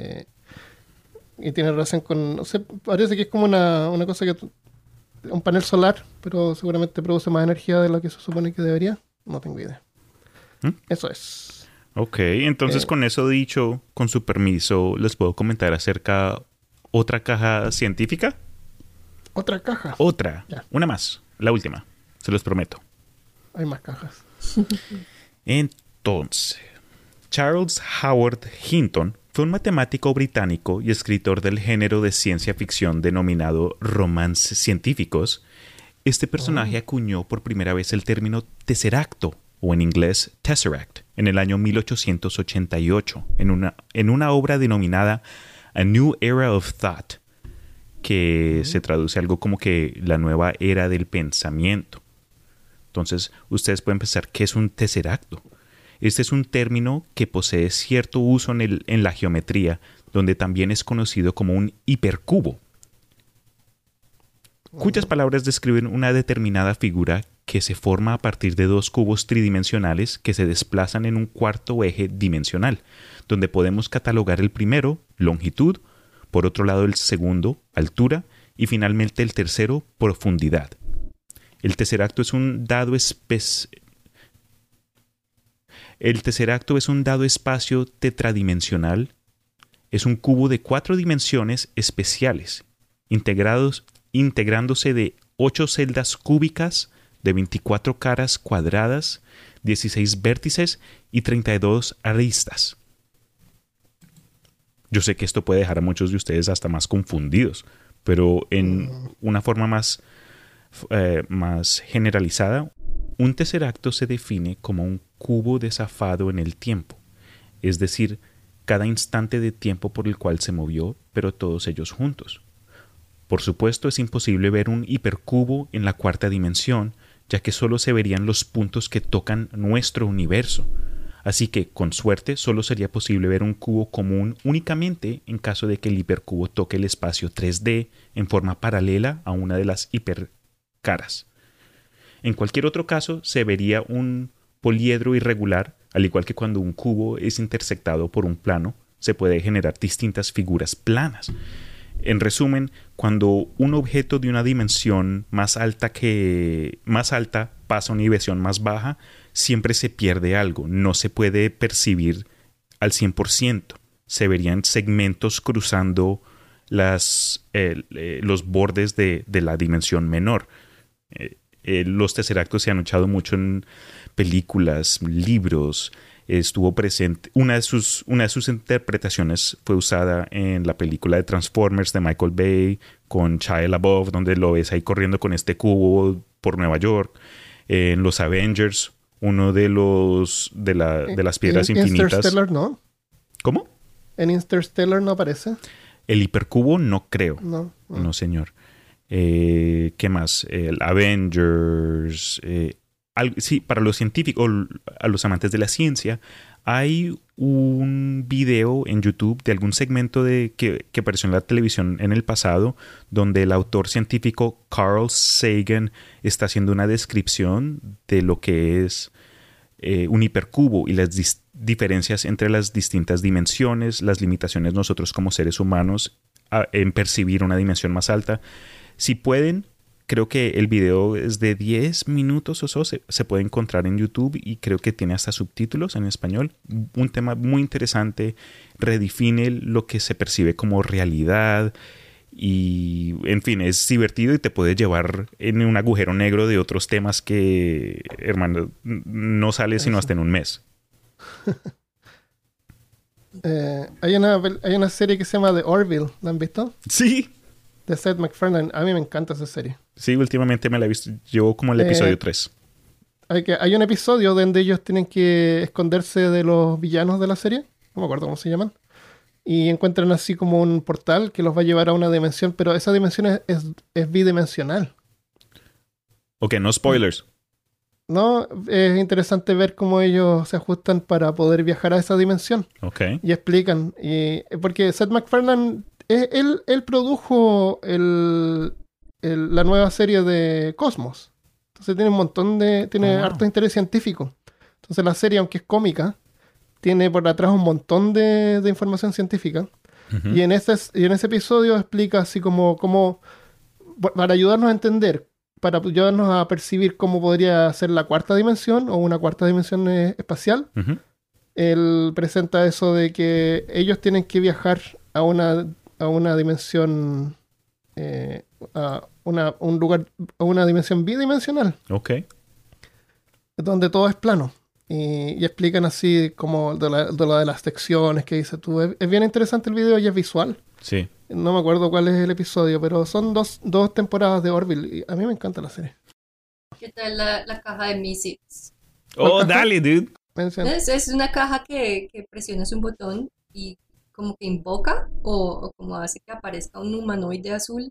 y tiene relación con, no sé, parece que es como una cosa que un panel solar, pero seguramente produce más energía de lo que se supone que debería. No tengo idea. ¿Mm? Eso es. Ok, entonces con eso dicho, con su permiso, les puedo comentar acerca otra caja científica. Otra caja. Otra. Ya. Una más. La última. Se los prometo. Hay más cajas. Entonces, Charles Howard Hinton fue un matemático británico y escritor del género de ciencia ficción denominado romances científicos. Este personaje acuñó por primera vez el término tesseracto, o en inglés Tesseract, en el año 1888, en una obra denominada A New Era of Thought, que se traduce algo como que la nueva era del pensamiento. Entonces, ustedes pueden pensar, ¿qué es un tesseracto? Este es un término que posee cierto uso en la geometría, donde también es conocido como un hipercubo, cuyas palabras describen una determinada figura que se forma a partir de dos cubos tridimensionales que se desplazan en un cuarto eje dimensional, donde podemos catalogar el primero, longitud, por otro lado el segundo, altura, y finalmente el tercero, profundidad. El tesseracto es un dado espacio tetradimensional. Es un cubo de 4 dimensiones especiales, integrándose de 8 celdas cúbicas de 24 caras cuadradas, 16 vértices y 32 aristas. Yo sé que esto puede dejar a muchos de ustedes hasta más confundidos, pero en una forma más generalizada, un tesseracto se define como un cubo desafado en el tiempo, es decir, cada instante de tiempo por el cual se movió, pero todos ellos juntos. Por supuesto, es imposible ver un hipercubo en la cuarta dimensión, ya que solo se verían los puntos que tocan nuestro universo. Así que, con suerte, solo sería posible ver un cubo común únicamente en caso de que el hipercubo toque el espacio 3D en forma paralela a una de las hipercaras. En cualquier otro caso, se vería un poliedro irregular, al igual que cuando un cubo es intersectado por un plano, se puede generar distintas figuras planas. En resumen, cuando un objeto de una dimensión más alta pasa a una dimensión más baja, siempre se pierde algo, no se puede percibir al 100%. Se verían segmentos cruzando los bordes de la dimensión menor. Los tesseractos se han usado mucho en películas, libros. Estuvo presente, una de sus interpretaciones fue usada en la película de Transformers de Michael Bay con Shia LaBeouf, donde lo ves ahí corriendo con este cubo por Nueva York. En los Avengers, uno de las piedras infinitas. Interstellar, ¿no? ¿Cómo? En Interstellar no aparece. El hipercubo no creo. No. Señor. ¿Qué más? El Avengers. Sí, para los científicos, a los amantes de la ciencia, hay un video en YouTube de algún segmento que apareció en la televisión en el pasado, donde el autor científico Carl Sagan está haciendo una descripción de lo que es un hipercubo y las diferencias entre las distintas dimensiones, las limitaciones nosotros como seres humanos en percibir una dimensión más alta. Si pueden, creo que el video es de 10 minutos o so, se puede encontrar en YouTube y creo que tiene hasta subtítulos en español. Un tema muy interesante, redefine lo que se percibe como realidad y, en fin, es divertido y te puede llevar en un agujero negro de otros temas que, hermano, no sale sino hasta en un mes. Hay una serie que se llama The Orville, ¿la han visto? Sí. De Seth MacFarlane. A mí me encanta esa serie. Sí, últimamente me la he visto. Llevo como el episodio 3. Hay un episodio donde ellos tienen que esconderse de los villanos de la serie. No me acuerdo cómo se llaman. Y encuentran así como un portal que los va a llevar a una dimensión, pero esa dimensión es bidimensional. Ok, no spoilers. No, es interesante ver cómo ellos se ajustan para poder viajar a esa dimensión. Ok. Y explican. Porque Seth MacFarlane, él produjo la nueva serie de Cosmos. Entonces tiene un montón tiene harto interés científico. Entonces la serie, aunque es cómica, tiene por atrás un montón de información científica. Uh-huh. Y en ese episodio explica así como para ayudarnos a entender, para ayudarnos a percibir cómo podría ser la cuarta dimensión o una cuarta dimensión espacial. Uh-huh. Él presenta eso de que ellos tienen que viajar a una dimensión, a una dimensión bidimensional. Ok. Donde todo es plano. Y explican así como de lo de las secciones que dices tú. Es bien interesante el video y es visual. Sí. No me acuerdo cuál es el episodio, pero son dos temporadas de Orville y a mí me encanta la serie. ¿Qué tal la caja de Mystics? Oh, dale, dude. Es una caja que presionas un botón y como que invoca o como hace que aparezca un humanoide azul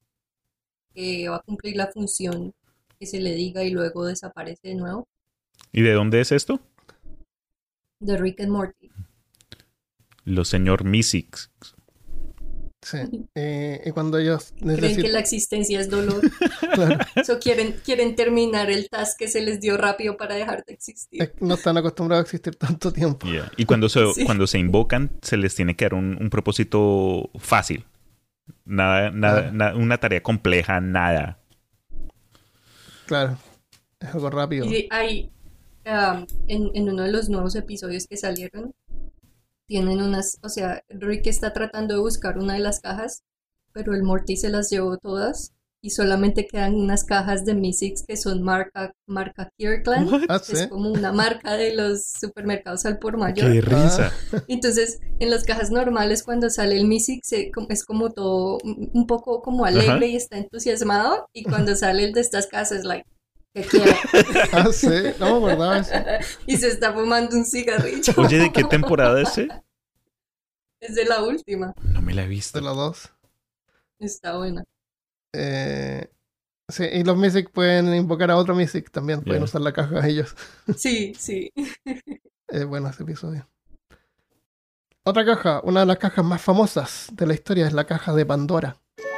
que va a cumplir la función que se le diga y luego desaparece de nuevo. ¿Y de dónde es esto? De Rick and Morty. Los señor Mystics. Sí. Y cuando ellos creen que la existencia es dolor. Claro. So quieren terminar el task que se les dio rápido para dejar de existir. No están acostumbrados a existir tanto tiempo. Yeah. Y cuando se invocan, se les tiene que dar un propósito fácil. Nada, una tarea compleja, nada. Claro. Es algo rápido. Y hay en uno de los nuevos episodios que salieron, tienen Rick está tratando de buscar una de las cajas, pero el Morty se las llevó todas y solamente quedan unas cajas de Mystics que son marca Kirkland. ¿Sí? Es como una marca de los supermercados al por mayor. ¡Qué risa! Entonces, en las cajas normales, cuando sale el Mystics, es como todo un poco como alegre y está entusiasmado, y cuando sale el de estas cajas es like, ¿qué quiere? Sí, no me acordaba eso. Y se está fumando un cigarrillo. Oye, ¿de qué temporada es ese? Es de la última. No me la he visto. De las 2. Está buena. Sí, y los Mystics pueden invocar a otro Mystic también. Pueden usar la caja ellos. Sí. Es bueno ese episodio. Otra caja, una de las cajas más famosas de la historia es la caja de Pandora.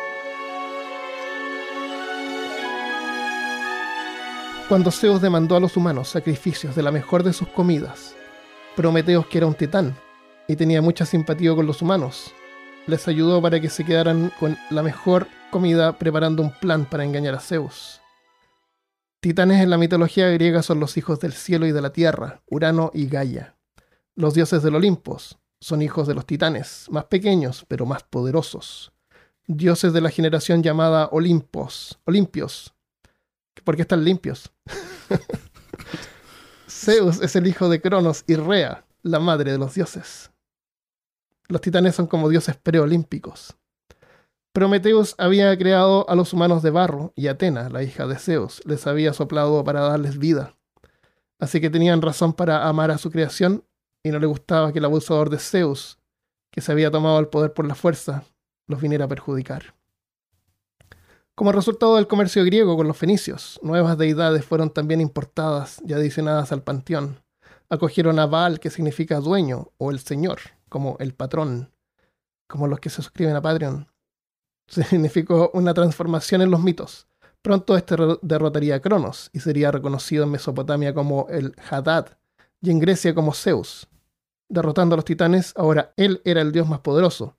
Cuando Zeus demandó a los humanos sacrificios de la mejor de sus comidas, Prometeus, que era un titán y tenía mucha simpatía con los humanos, les ayudó para que se quedaran con la mejor comida preparando un plan para engañar a Zeus. Titanes en la mitología griega son los hijos del cielo y de la tierra, Urano y Gaia. Los dioses del Olimpo son hijos de los titanes, más pequeños pero más poderosos. Dioses de la generación llamada Olimpios. ¿Por qué están limpios? Zeus es el hijo de Cronos y Rea, la madre de los dioses. Los titanes son como dioses preolímpicos. Prometeus había creado a los humanos de barro y Atena, la hija de Zeus, les había soplado para darles vida. Así que tenían razón para amar a su creación y no le gustaba que el abusador de Zeus, que se había tomado el poder por la fuerza, los viniera a perjudicar. Como resultado del comercio griego con los fenicios, nuevas deidades fueron también importadas y adicionadas al panteón. Acogieron a Baal, que significa dueño, o el señor, como el patrón, como los que se suscriben a Patreon. Significó una transformación en los mitos. Pronto este derrotaría a Cronos y sería reconocido en Mesopotamia como el Hadad y en Grecia como Zeus. Derrotando a los titanes, ahora él era el dios más poderoso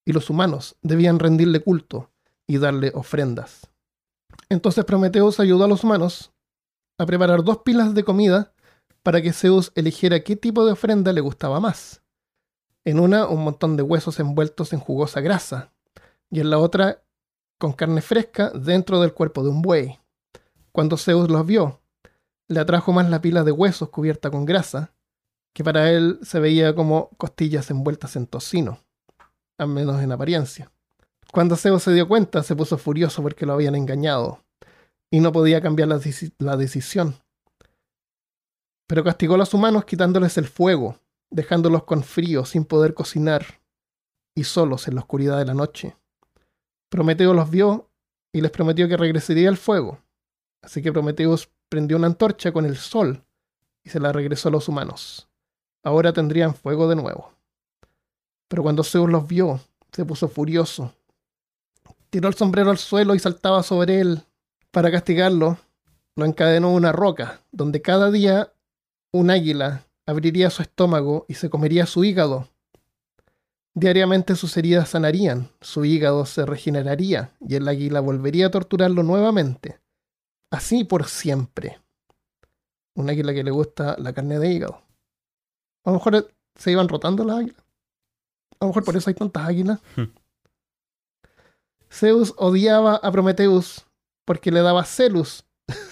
y los humanos debían rendirle culto y darle ofrendas. Entonces Prometeus ayudó a los humanos a preparar 2 pilas de comida para que Zeus eligiera qué tipo de ofrenda le gustaba más. En una, un montón de huesos envueltos en jugosa grasa, y en la otra, con carne fresca dentro del cuerpo de un buey. Cuando Zeus los vio, le atrajo más la pila de huesos cubierta con grasa, que para él se veía como costillas envueltas en tocino, al menos en apariencia. Cuando Zeus se dio cuenta, se puso furioso porque lo habían engañado, y no podía cambiar la decisión. Pero castigó a los humanos quitándoles el fuego, dejándolos con frío sin poder cocinar, y solos en la oscuridad de la noche. Prometeo los vio y les prometió que regresaría el fuego. Así que Prometeus prendió una antorcha con el sol y se la regresó a los humanos. Ahora tendrían fuego de nuevo. Pero cuando Zeus los vio, se puso furioso. Tiró el sombrero al suelo y saltaba sobre él. Para castigarlo, lo encadenó a una roca, donde cada día un águila abriría su estómago y se comería su hígado. Diariamente sus heridas sanarían, su hígado se regeneraría y el águila volvería a torturarlo nuevamente. Así por siempre. Un águila que le gusta la carne de hígado. A lo mejor se iban rotando las águilas. A lo mejor por eso hay tantas águilas. Zeus odiaba a Prometeus porque le daba celos.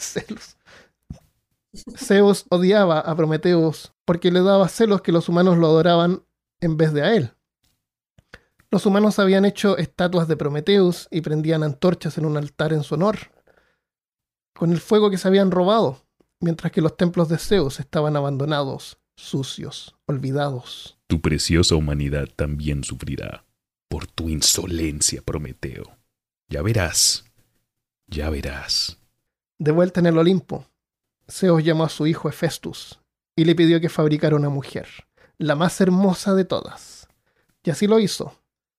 Zeus odiaba a Prometeus porque le daba celos que los humanos lo adoraban en vez de a él. Los humanos habían hecho estatuas de Prometeus y prendían antorchas en un altar en su honor, con el fuego que se habían robado, mientras que los templos de Zeus estaban abandonados, sucios, olvidados. Tu preciosa humanidad también sufrirá por tu insolencia, Prometeo. Ya verás, ya verás. De vuelta en el Olimpo, Zeus llamó a su hijo Hefestus y le pidió que fabricara una mujer, la más hermosa de todas. Y así lo hizo.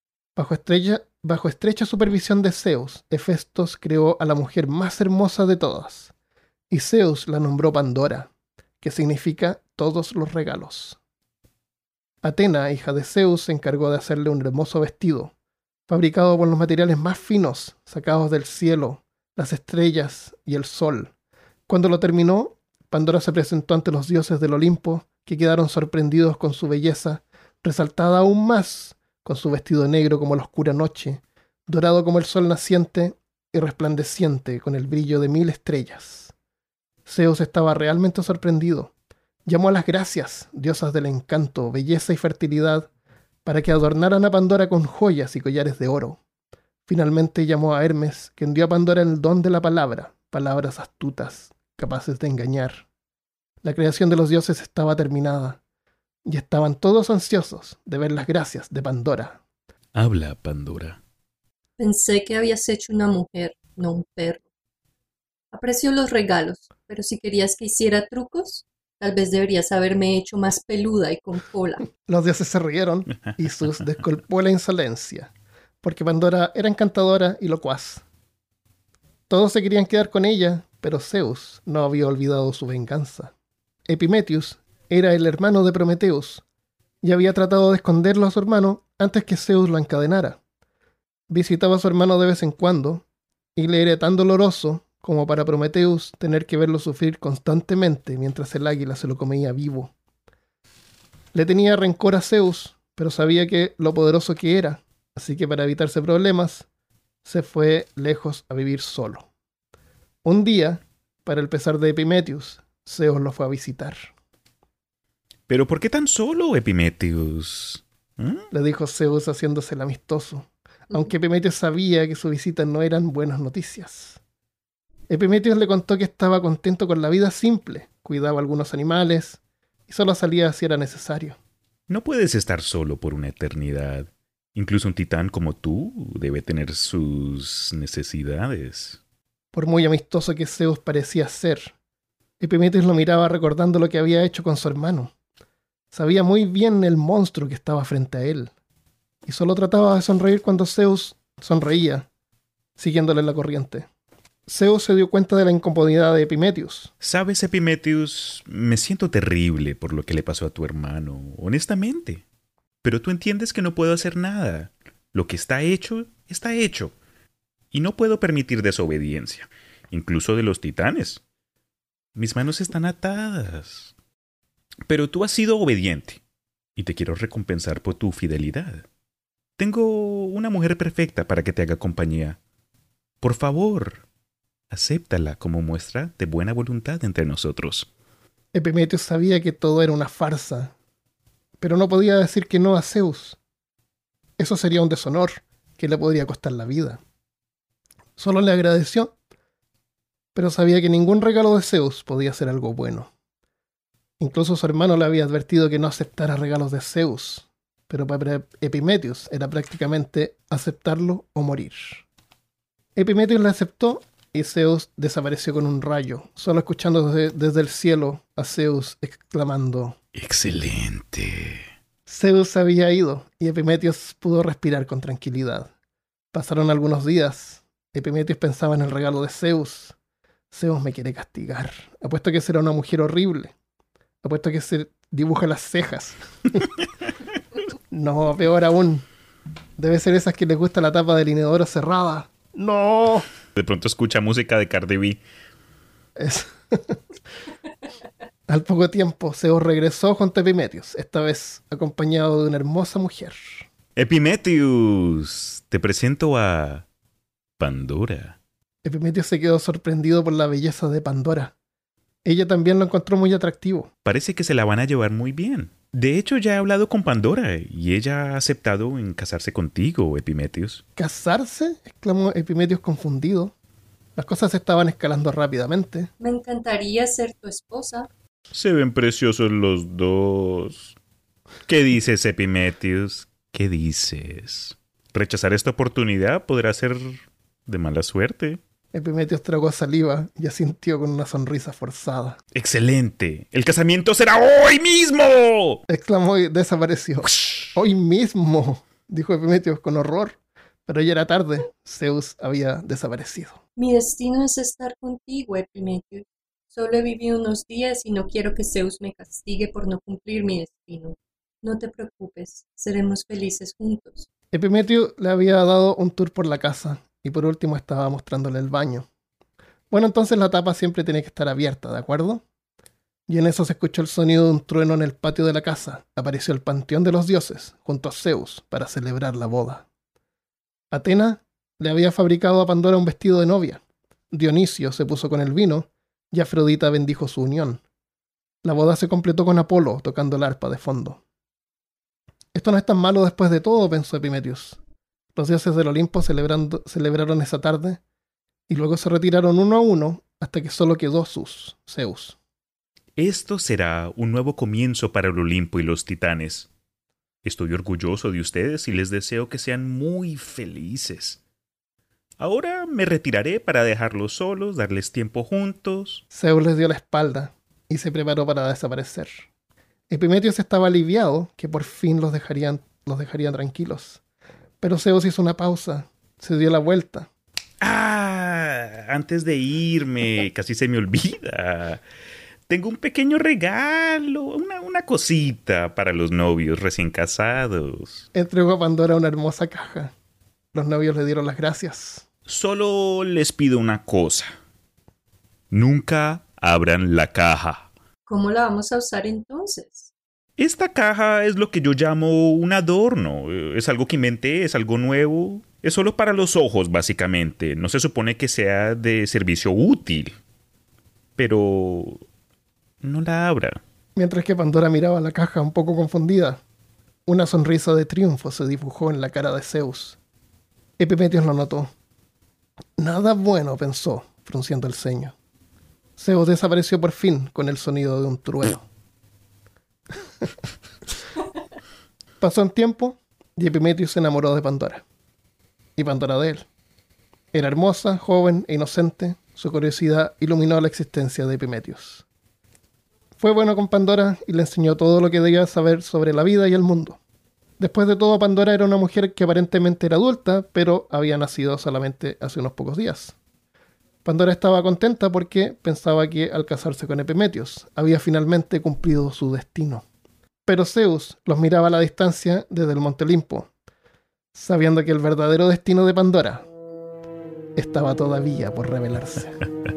Bajo estrecha supervisión de Zeus, Hefestos creó a la mujer más hermosa de todas, y Zeus la nombró Pandora, que significa todos los regalos. Atena, hija de Zeus, se encargó de hacerle un hermoso vestido, fabricado con los materiales más finos, sacados del cielo, las estrellas y el sol. Cuando lo terminó, Pandora se presentó ante los dioses del Olimpo, que quedaron sorprendidos con su belleza, resaltada aún más con su vestido negro como la oscura noche, dorado como el sol naciente y resplandeciente con el brillo de 1000 estrellas. Zeus estaba realmente sorprendido. Llamó a las Gracias, diosas del encanto, belleza y fertilidad, para que adornaran a Pandora con joyas y collares de oro. Finalmente llamó a Hermes, quien dio a Pandora el don de la palabra, palabras astutas, capaces de engañar. La creación de los dioses estaba terminada, y estaban todos ansiosos de ver las gracias de Pandora. Habla, Pandora. Pensé que habías hecho una mujer, no un perro. Aprecio los regalos, pero si querías que hiciera trucos, tal vez deberías haberme hecho más peluda y con cola. Los dioses se rieron y Zeus desculpó la insolencia, porque Pandora era encantadora y locuaz. Todos se querían quedar con ella, pero Zeus no había olvidado su venganza. Epimetheus era el hermano de Prometeus y había tratado de esconderlo a su hermano antes que Zeus lo encadenara. Visitaba a su hermano de vez en cuando y le era tan doloroso como para Prometeus tener que verlo sufrir constantemente mientras el águila se lo comía vivo. Le tenía rencor a Zeus, pero sabía que lo poderoso que era, así que para evitarse problemas, se fue lejos a vivir solo. Un día, para el pesar de Epimetheus, Zeus lo fue a visitar. ¿Pero por qué tan solo, Epimetheus? Le dijo Zeus haciéndose el amistoso, aunque Epimetheus sabía que su visita no eran buenas noticias. Epimetheus le contó que estaba contento con la vida simple, cuidaba algunos animales y solo salía si era necesario. No puedes estar solo por una eternidad. Incluso un titán como tú debe tener sus necesidades. Por muy amistoso que Zeus parecía ser, Epimetheus lo miraba recordando lo que había hecho con su hermano. Sabía muy bien el monstruo que estaba frente a él, y solo trataba de sonreír cuando Zeus sonreía, siguiéndole la corriente. Zeus se dio cuenta de la incomodidad de Epimetheus. ¿Sabes, Epimetheus? Me siento terrible por lo que le pasó a tu hermano, honestamente. Pero tú entiendes que no puedo hacer nada. Lo que está hecho, está hecho. Y no puedo permitir desobediencia, incluso de los titanes. Mis manos están atadas. Pero tú has sido obediente, y te quiero recompensar por tu fidelidad. Tengo una mujer perfecta para que te haga compañía. Por favor, acéptala como muestra de buena voluntad entre nosotros. Epimetheus sabía que todo era una farsa, pero no podía decir que no a Zeus. Eso sería un deshonor que le podría costar la vida. Solo le agradeció, pero sabía que ningún regalo de Zeus podía ser algo bueno. Incluso su hermano le había advertido que no aceptara regalos de Zeus, pero para Epimetheus era prácticamente aceptarlo o morir. Epimetheus le aceptó y Zeus desapareció con un rayo, solo escuchando desde el cielo a Zeus exclamando: ¡Excelente! Zeus se había ido y Epimetheus pudo respirar con tranquilidad. Pasaron algunos días. Epimetheus pensaba en el regalo de Zeus. Zeus me quiere castigar. Apuesto que será una mujer horrible. Apuesto que se dibuja las cejas. No, peor aún. Debe ser esas que les gusta la tapa del inodoro cerrada. ¡No! De pronto escucha música de Cardi B. Al poco tiempo, Zeus regresó junto a Epimetheus, esta vez acompañado de una hermosa mujer. Epimetheus, te presento a Pandora. Epimetheus se quedó sorprendido por la belleza de Pandora. Ella también lo encontró muy atractivo. Parece que se la van a llevar muy bien. De hecho, ya he hablado con Pandora y ella ha aceptado en casarse contigo, Epimetheus. ¿Casarse?, exclamó Epimetheus confundido. Las cosas estaban escalando rápidamente. Me encantaría ser tu esposa. Se ven preciosos los dos. ¿Qué dices, Epimetheus? ¿Qué dices? Rechazar esta oportunidad podrá ser de mala suerte. Epimetheus tragó saliva y asintió con una sonrisa forzada. ¡Excelente! ¡El casamiento será hoy mismo! Exclamó y desapareció. ¡Hoy mismo!, dijo Epimetheus con horror. Pero ya era tarde. Zeus había desaparecido. Mi destino es estar contigo, Epimetheus. Solo he vivido unos días y no quiero que Zeus me castigue por no cumplir mi destino. No te preocupes, seremos felices juntos. Epimetheus le había dado un tour por la casa y por último estaba mostrándole el baño. Bueno, entonces la tapa siempre tiene que estar abierta, ¿de acuerdo? Y en eso se escuchó el sonido de un trueno en el patio de la casa. Apareció el panteón de los dioses junto a Zeus para celebrar la boda. Atena le había fabricado a Pandora un vestido de novia. Dionisio se puso con el vino y Afrodita bendijo su unión. La boda se completó con Apolo tocando el arpa de fondo. Esto no es tan malo después de todo, pensó Epimetheus. Los dioses del Olimpo celebraron esa tarde y luego se retiraron uno a uno hasta que solo quedó Zeus. Esto será un nuevo comienzo para el Olimpo y los titanes. Estoy orgulloso de ustedes y les deseo que sean muy felices. Ahora me retiraré para dejarlos solos, darles tiempo juntos. Zeus les dio la espalda y se preparó para desaparecer. Epimetheus estaba aliviado que por fin los dejarían tranquilos. Pero Zeus hizo una pausa, se dio la vuelta. ¡Ah! Antes de irme, casi se me olvida. Tengo un pequeño regalo, una cosita para los novios recién casados. Entregó a Pandora una hermosa caja. Los novios le dieron las gracias. Solo les pido una cosa. Nunca abran la caja. ¿Cómo la vamos a usar entonces? Esta caja es lo que yo llamo un adorno. Es algo que inventé, es algo nuevo. Es solo para los ojos, básicamente. No se supone que sea de servicio útil. Pero no la abra. Mientras que Pandora miraba la caja un poco confundida, una sonrisa de triunfo se dibujó en la cara de Zeus. Epimetheus lo notó. Nada bueno, pensó, frunciendo el ceño. Zeus desapareció por fin con el sonido de un trueno. Pasó un tiempo y Epimetheus se enamoró de Pandora. Y Pandora de él. Era hermosa, joven e inocente. Su curiosidad iluminó la existencia de Epimetheus. Fue bueno con Pandora y le enseñó todo lo que debía saber sobre la vida y el mundo. Después de todo, Pandora era una mujer que aparentemente era adulta, pero había nacido solamente hace unos pocos días. Pandora estaba contenta porque pensaba que al casarse con Epimetheus había finalmente cumplido su destino. Pero Zeus los miraba a la distancia desde el Monte Olimpo. sabiendo que el verdadero destino de Pandora estaba todavía por revelarse.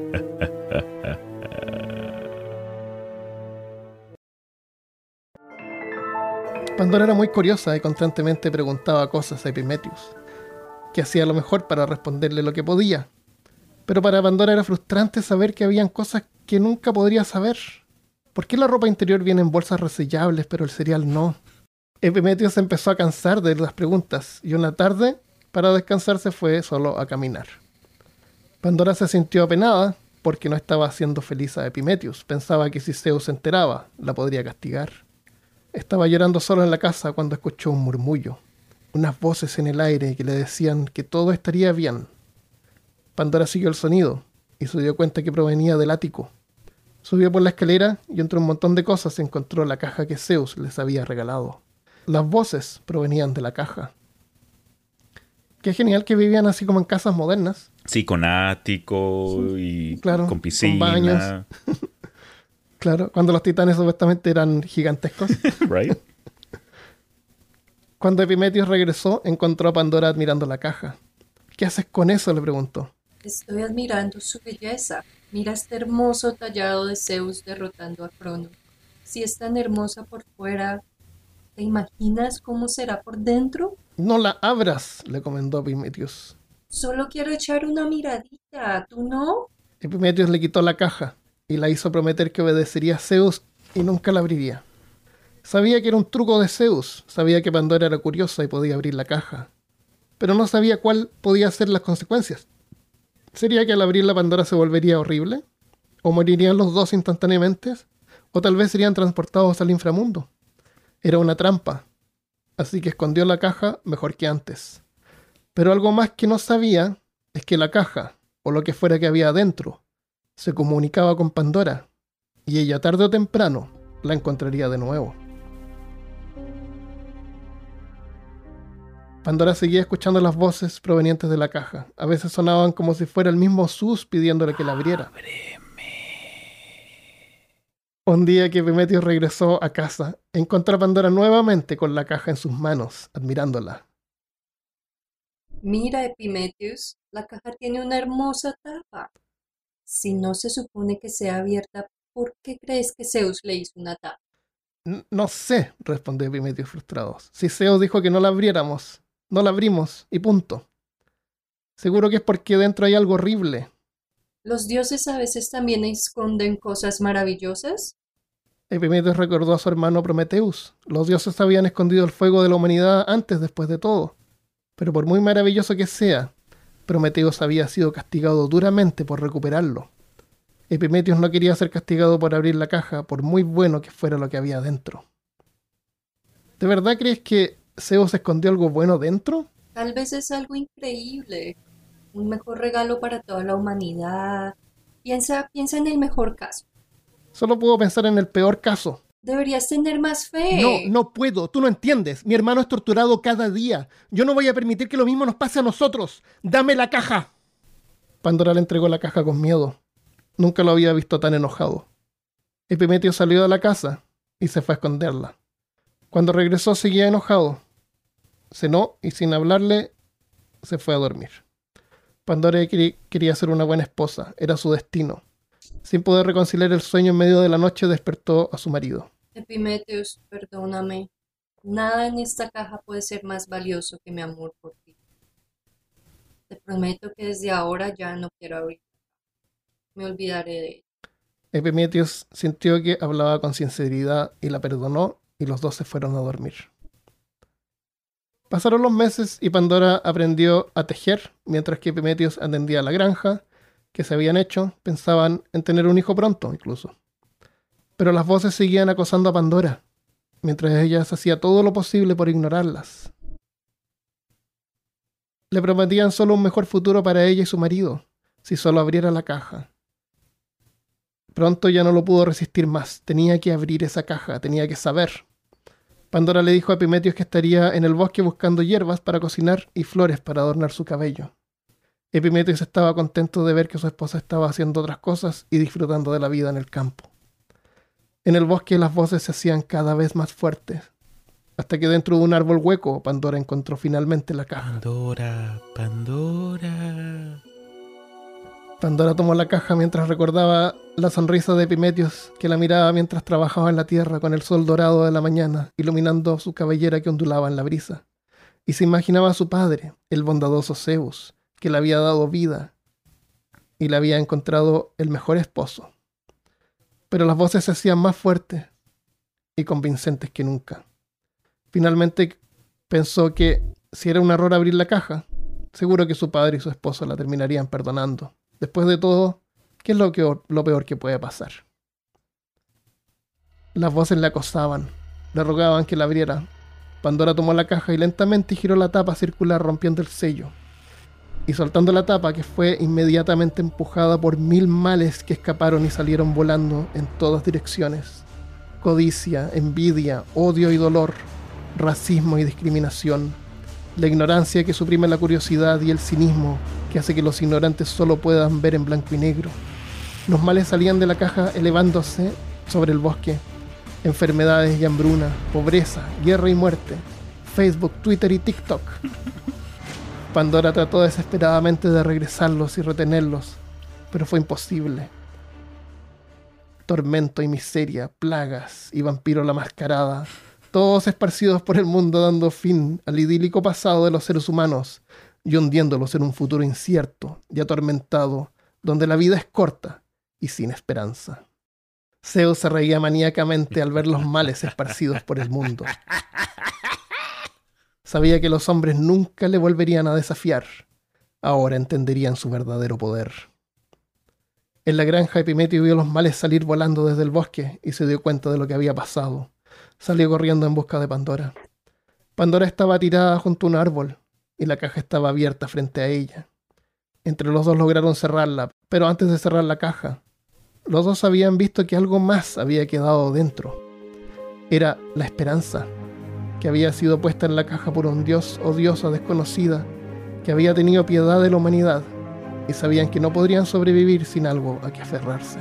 Pandora era muy curiosa y constantemente preguntaba cosas a Epimetheus, que hacía lo mejor para responderle lo que podía. Pero para Pandora era frustrante saber que habían cosas que nunca podría saber. ¿Por qué la ropa interior viene en bolsas resellables, pero el cereal no? Epimetheus se empezó a cansar de las preguntas, y una tarde, para descansar, se fue solo a caminar. Pandora se sintió apenada porque no estaba haciendo feliz a Epimetheus. Pensaba que si Zeus se enteraba, la podría castigar. Estaba llorando solo en la casa cuando escuchó un murmullo, unas voces en el aire que le decían que todo estaría bien. Pandora siguió el sonido y se dio cuenta que provenía del ático. Subió por la escalera y entre un montón de cosas encontró la caja que Zeus les había regalado. Las voces provenían de la caja. Qué genial que vivían así como en casas modernas. Sí, con ático y claro, con piscina. Con baños. Claro, cuando los titanes supuestamente eran gigantescos. Right. Cuando Epimetheus regresó, encontró a Pandora admirando la caja. ¿Qué haces con eso?, le preguntó. Estoy admirando su belleza. Mira este hermoso tallado de Zeus derrotando a Crono. Si es tan hermosa por fuera, ¿te imaginas cómo será por dentro? No la abras, le comentó Epimetheus. Solo quiero echar una miradita, ¿tú no? Epimetheus le quitó la caja y la hizo prometer que obedecería a Zeus y nunca la abriría. Sabía que era un truco de Zeus, sabía que Pandora era curiosa y podía abrir la caja, pero no sabía cuál podía ser las consecuencias. ¿Sería que al abrirla Pandora se volvería horrible? ¿O morirían los dos instantáneamente? ¿O tal vez serían transportados al inframundo? Era una trampa, así que escondió la caja mejor que antes. Pero algo más que no sabía es que la caja, o lo que fuera que había adentro, se comunicaba con Pandora, y ella tarde o temprano la encontraría de nuevo. Pandora seguía escuchando las voces provenientes de la caja. A veces sonaban como si fuera el mismo Zeus pidiéndole que la abriera. ¡Ábreme! Un día que Epimetheus regresó a casa, encontró a Pandora nuevamente con la caja en sus manos, admirándola. Mira, Epimetheus, la caja tiene una hermosa tapa. Si no se supone que sea abierta, ¿por qué crees que Zeus le hizo una tapa? No sé, respondió Epimetheus frustrado. Si Zeus dijo que no la abriéramos, no la abrimos, y punto. Seguro que es porque dentro hay algo horrible. ¿Los dioses a veces también esconden cosas maravillosas? Epimetheus recordó a su hermano Prometeus. Los dioses habían escondido el fuego de la humanidad antes, después de todo. Pero por muy maravilloso que sea, Prometeus había sido castigado duramente por recuperarlo. Epimetheus no quería ser castigado por abrir la caja, por muy bueno que fuera lo que había dentro. ¿De verdad crees que Zeus escondió algo bueno dentro? Tal vez es algo increíble. Un mejor regalo para toda la humanidad. Piensa en el mejor caso. Solo puedo pensar en el peor caso. Deberías tener más fe. No puedo. Tú no entiendes. Mi hermano es torturado cada día. Yo no voy a permitir que lo mismo nos pase a nosotros. ¡Dame la caja! Pandora le entregó la caja con miedo. Nunca lo había visto tan enojado. Epimetheus salió de la casa y se fue a esconderla. Cuando regresó seguía enojado. Cenó y sin hablarle se fue a dormir. Pandora quería ser una buena esposa. Era su destino. Sin poder reconciliar el sueño en medio de la noche, despertó a su marido. Epimetheus, perdóname. Nada en esta caja puede ser más valioso que mi amor por ti. Te prometo que desde ahora ya no quiero abrir. Me olvidaré de ella. Epimetheus sintió que hablaba con sinceridad y la perdonó, y los dos se fueron a dormir. Pasaron los meses y Pandora aprendió a tejer, mientras que Epimetheus atendía la granja que se habían hecho. Pensaban en tener un hijo pronto, incluso. Pero las voces seguían acosando a Pandora, mientras ella hacía todo lo posible por ignorarlas. Le prometían solo un mejor futuro para ella y su marido, si solo abriera la caja. Pronto ya no lo pudo resistir más. Tenía que abrir esa caja, tenía que saber. Pandora le dijo a Epimetheus que estaría en el bosque buscando hierbas para cocinar y flores para adornar su cabello. Epimetheus estaba contento de ver que su esposa estaba haciendo otras cosas y disfrutando de la vida en el campo. En el bosque las voces se hacían cada vez más fuertes, hasta que dentro de un árbol hueco Pandora encontró finalmente la caja. Pandora, Pandora. Pandora tomó la caja mientras recordaba la sonrisa de Epimetheus, que la miraba mientras trabajaba en la tierra con el sol dorado de la mañana, iluminando su cabellera que ondulaba en la brisa. Y se imaginaba a su padre, el bondadoso Zeus, que le había dado vida y le había encontrado el mejor esposo. Pero las voces se hacían más fuertes y convincentes que nunca. Finalmente pensó que si era un error abrir la caja, seguro que su padre y su esposo la terminarían perdonando. Después de todo, ¿qué es lo peor que puede pasar? Las voces le acosaban, le rogaban que la abriera. Pandora tomó la caja y lentamente giró la tapa circular rompiendo el sello. Y soltando la tapa, que fue inmediatamente empujada por 1000 males que escaparon y salieron volando en todas direcciones. Codicia, envidia, odio y dolor, racismo y discriminación, la ignorancia que suprime la curiosidad y el cinismo que hace que los ignorantes solo puedan ver en blanco y negro. Los males salían de la caja elevándose sobre el bosque. Enfermedades y hambruna, pobreza, guerra y muerte, Facebook, Twitter y TikTok. Pandora trató desesperadamente de regresarlos y retenerlos, pero fue imposible. Tormento y miseria, plagas y vampiro la mascarada, todos esparcidos por el mundo dando fin al idílico pasado de los seres humanos y hundiéndolos en un futuro incierto y atormentado, donde la vida es corta y sin esperanza. Zeus se reía maníacamente al ver los males esparcidos por el mundo. Sabía que los hombres nunca le volverían a desafiar. Ahora entenderían su verdadero poder. En la granja, Epimeteo vio los males salir volando desde el bosque y se dio cuenta de lo que había pasado. Salió corriendo en busca de Pandora. Pandora estaba tirada junto a un árbol y la caja estaba abierta frente a ella. Entre los dos lograron cerrarla, pero antes de cerrar la caja, los dos habían visto que algo más había quedado dentro. Era la esperanza, que había sido puesta en la caja por un dios o diosa desconocida, que había tenido piedad de la humanidad, y sabían que no podrían sobrevivir sin algo a que aferrarse.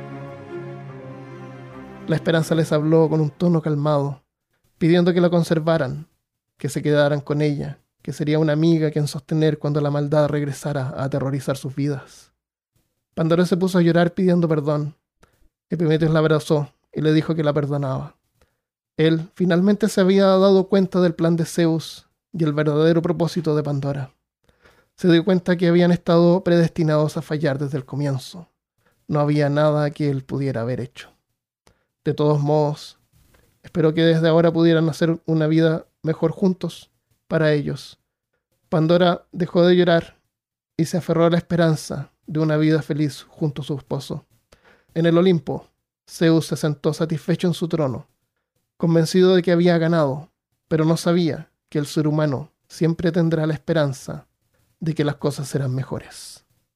La esperanza les habló con un tono calmado, pidiendo que la conservaran, que se quedaran con ella, que sería una amiga quien sostener cuando la maldad regresara a aterrorizar sus vidas. Pandora se puso a llorar pidiendo perdón. Epimetheus la abrazó y le dijo que la perdonaba. Él finalmente se había dado cuenta del plan de Zeus y el verdadero propósito de Pandora. Se dio cuenta que habían estado predestinados a fallar desde el comienzo. No había nada que él pudiera haber hecho. De todos modos, espero que desde ahora pudieran hacer una vida mejor juntos para ellos. Pandora dejó de llorar y se aferró a la esperanza de una vida feliz junto a su esposo. En el Olimpo, Zeus se sentó satisfecho en su trono, convencido de que había ganado, pero no sabía que el ser humano siempre tendrá la esperanza de que las cosas serán mejores.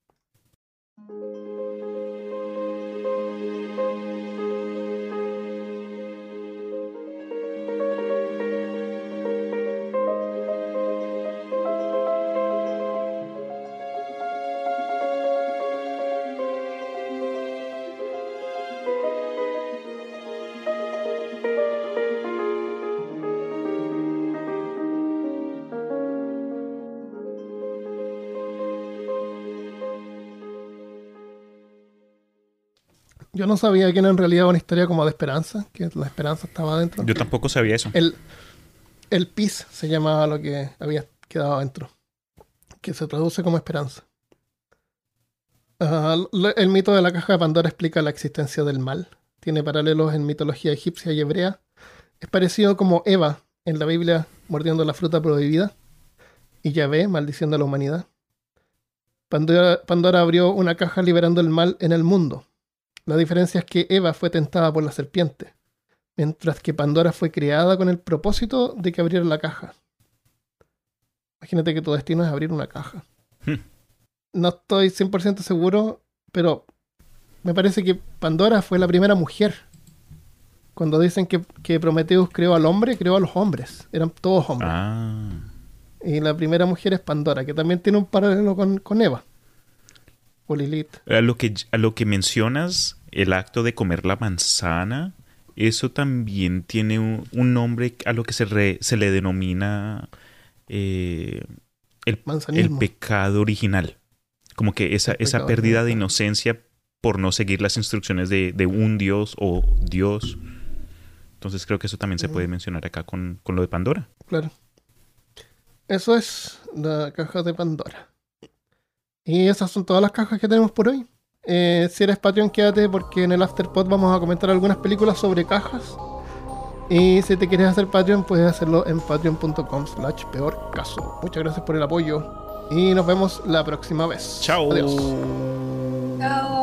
Yo no sabía que era en realidad una historia como de esperanza, que la esperanza estaba adentro. Yo tampoco sabía eso. El PIS se llamaba lo que había quedado adentro, que se traduce como esperanza. El mito de la caja de Pandora explica la existencia del mal. Tiene paralelos en mitología egipcia y hebrea. Es parecido como Eva en la Biblia mordiendo la fruta prohibida y Yahvé maldiciendo a la humanidad. Pandora abrió una caja liberando el mal en el mundo. La diferencia es que Eva fue tentada por la serpiente, mientras que Pandora fue creada con el propósito de que abriera la caja. Imagínate que tu destino es abrir una caja. No estoy 100% seguro, pero me parece que Pandora fue la primera mujer. Cuando dicen que Prometheus creó al hombre, creó a los hombres. Eran todos hombres. Y la primera mujer es Pandora, que también tiene un paralelo con Eva. O Lilith. A lo que mencionas, el acto de comer la manzana, eso también tiene un nombre a lo que se le denomina el pecado original. Como que esa pérdida de inocencia por no seguir las instrucciones de un dios o Dios. Entonces creo que eso también se puede mencionar acá con lo de Pandora. Claro. Eso es la caja de Pandora. Y esas son todas las cajas que tenemos por hoy. Si eres Patreon, quédate porque en el Afterpod vamos a comentar algunas películas sobre cajas. Y si te quieres hacer Patreon, puedes hacerlo en patreon.com/peorcaso. Muchas gracias por el apoyo. Y nos vemos la próxima vez. Chao. Adiós. Chao.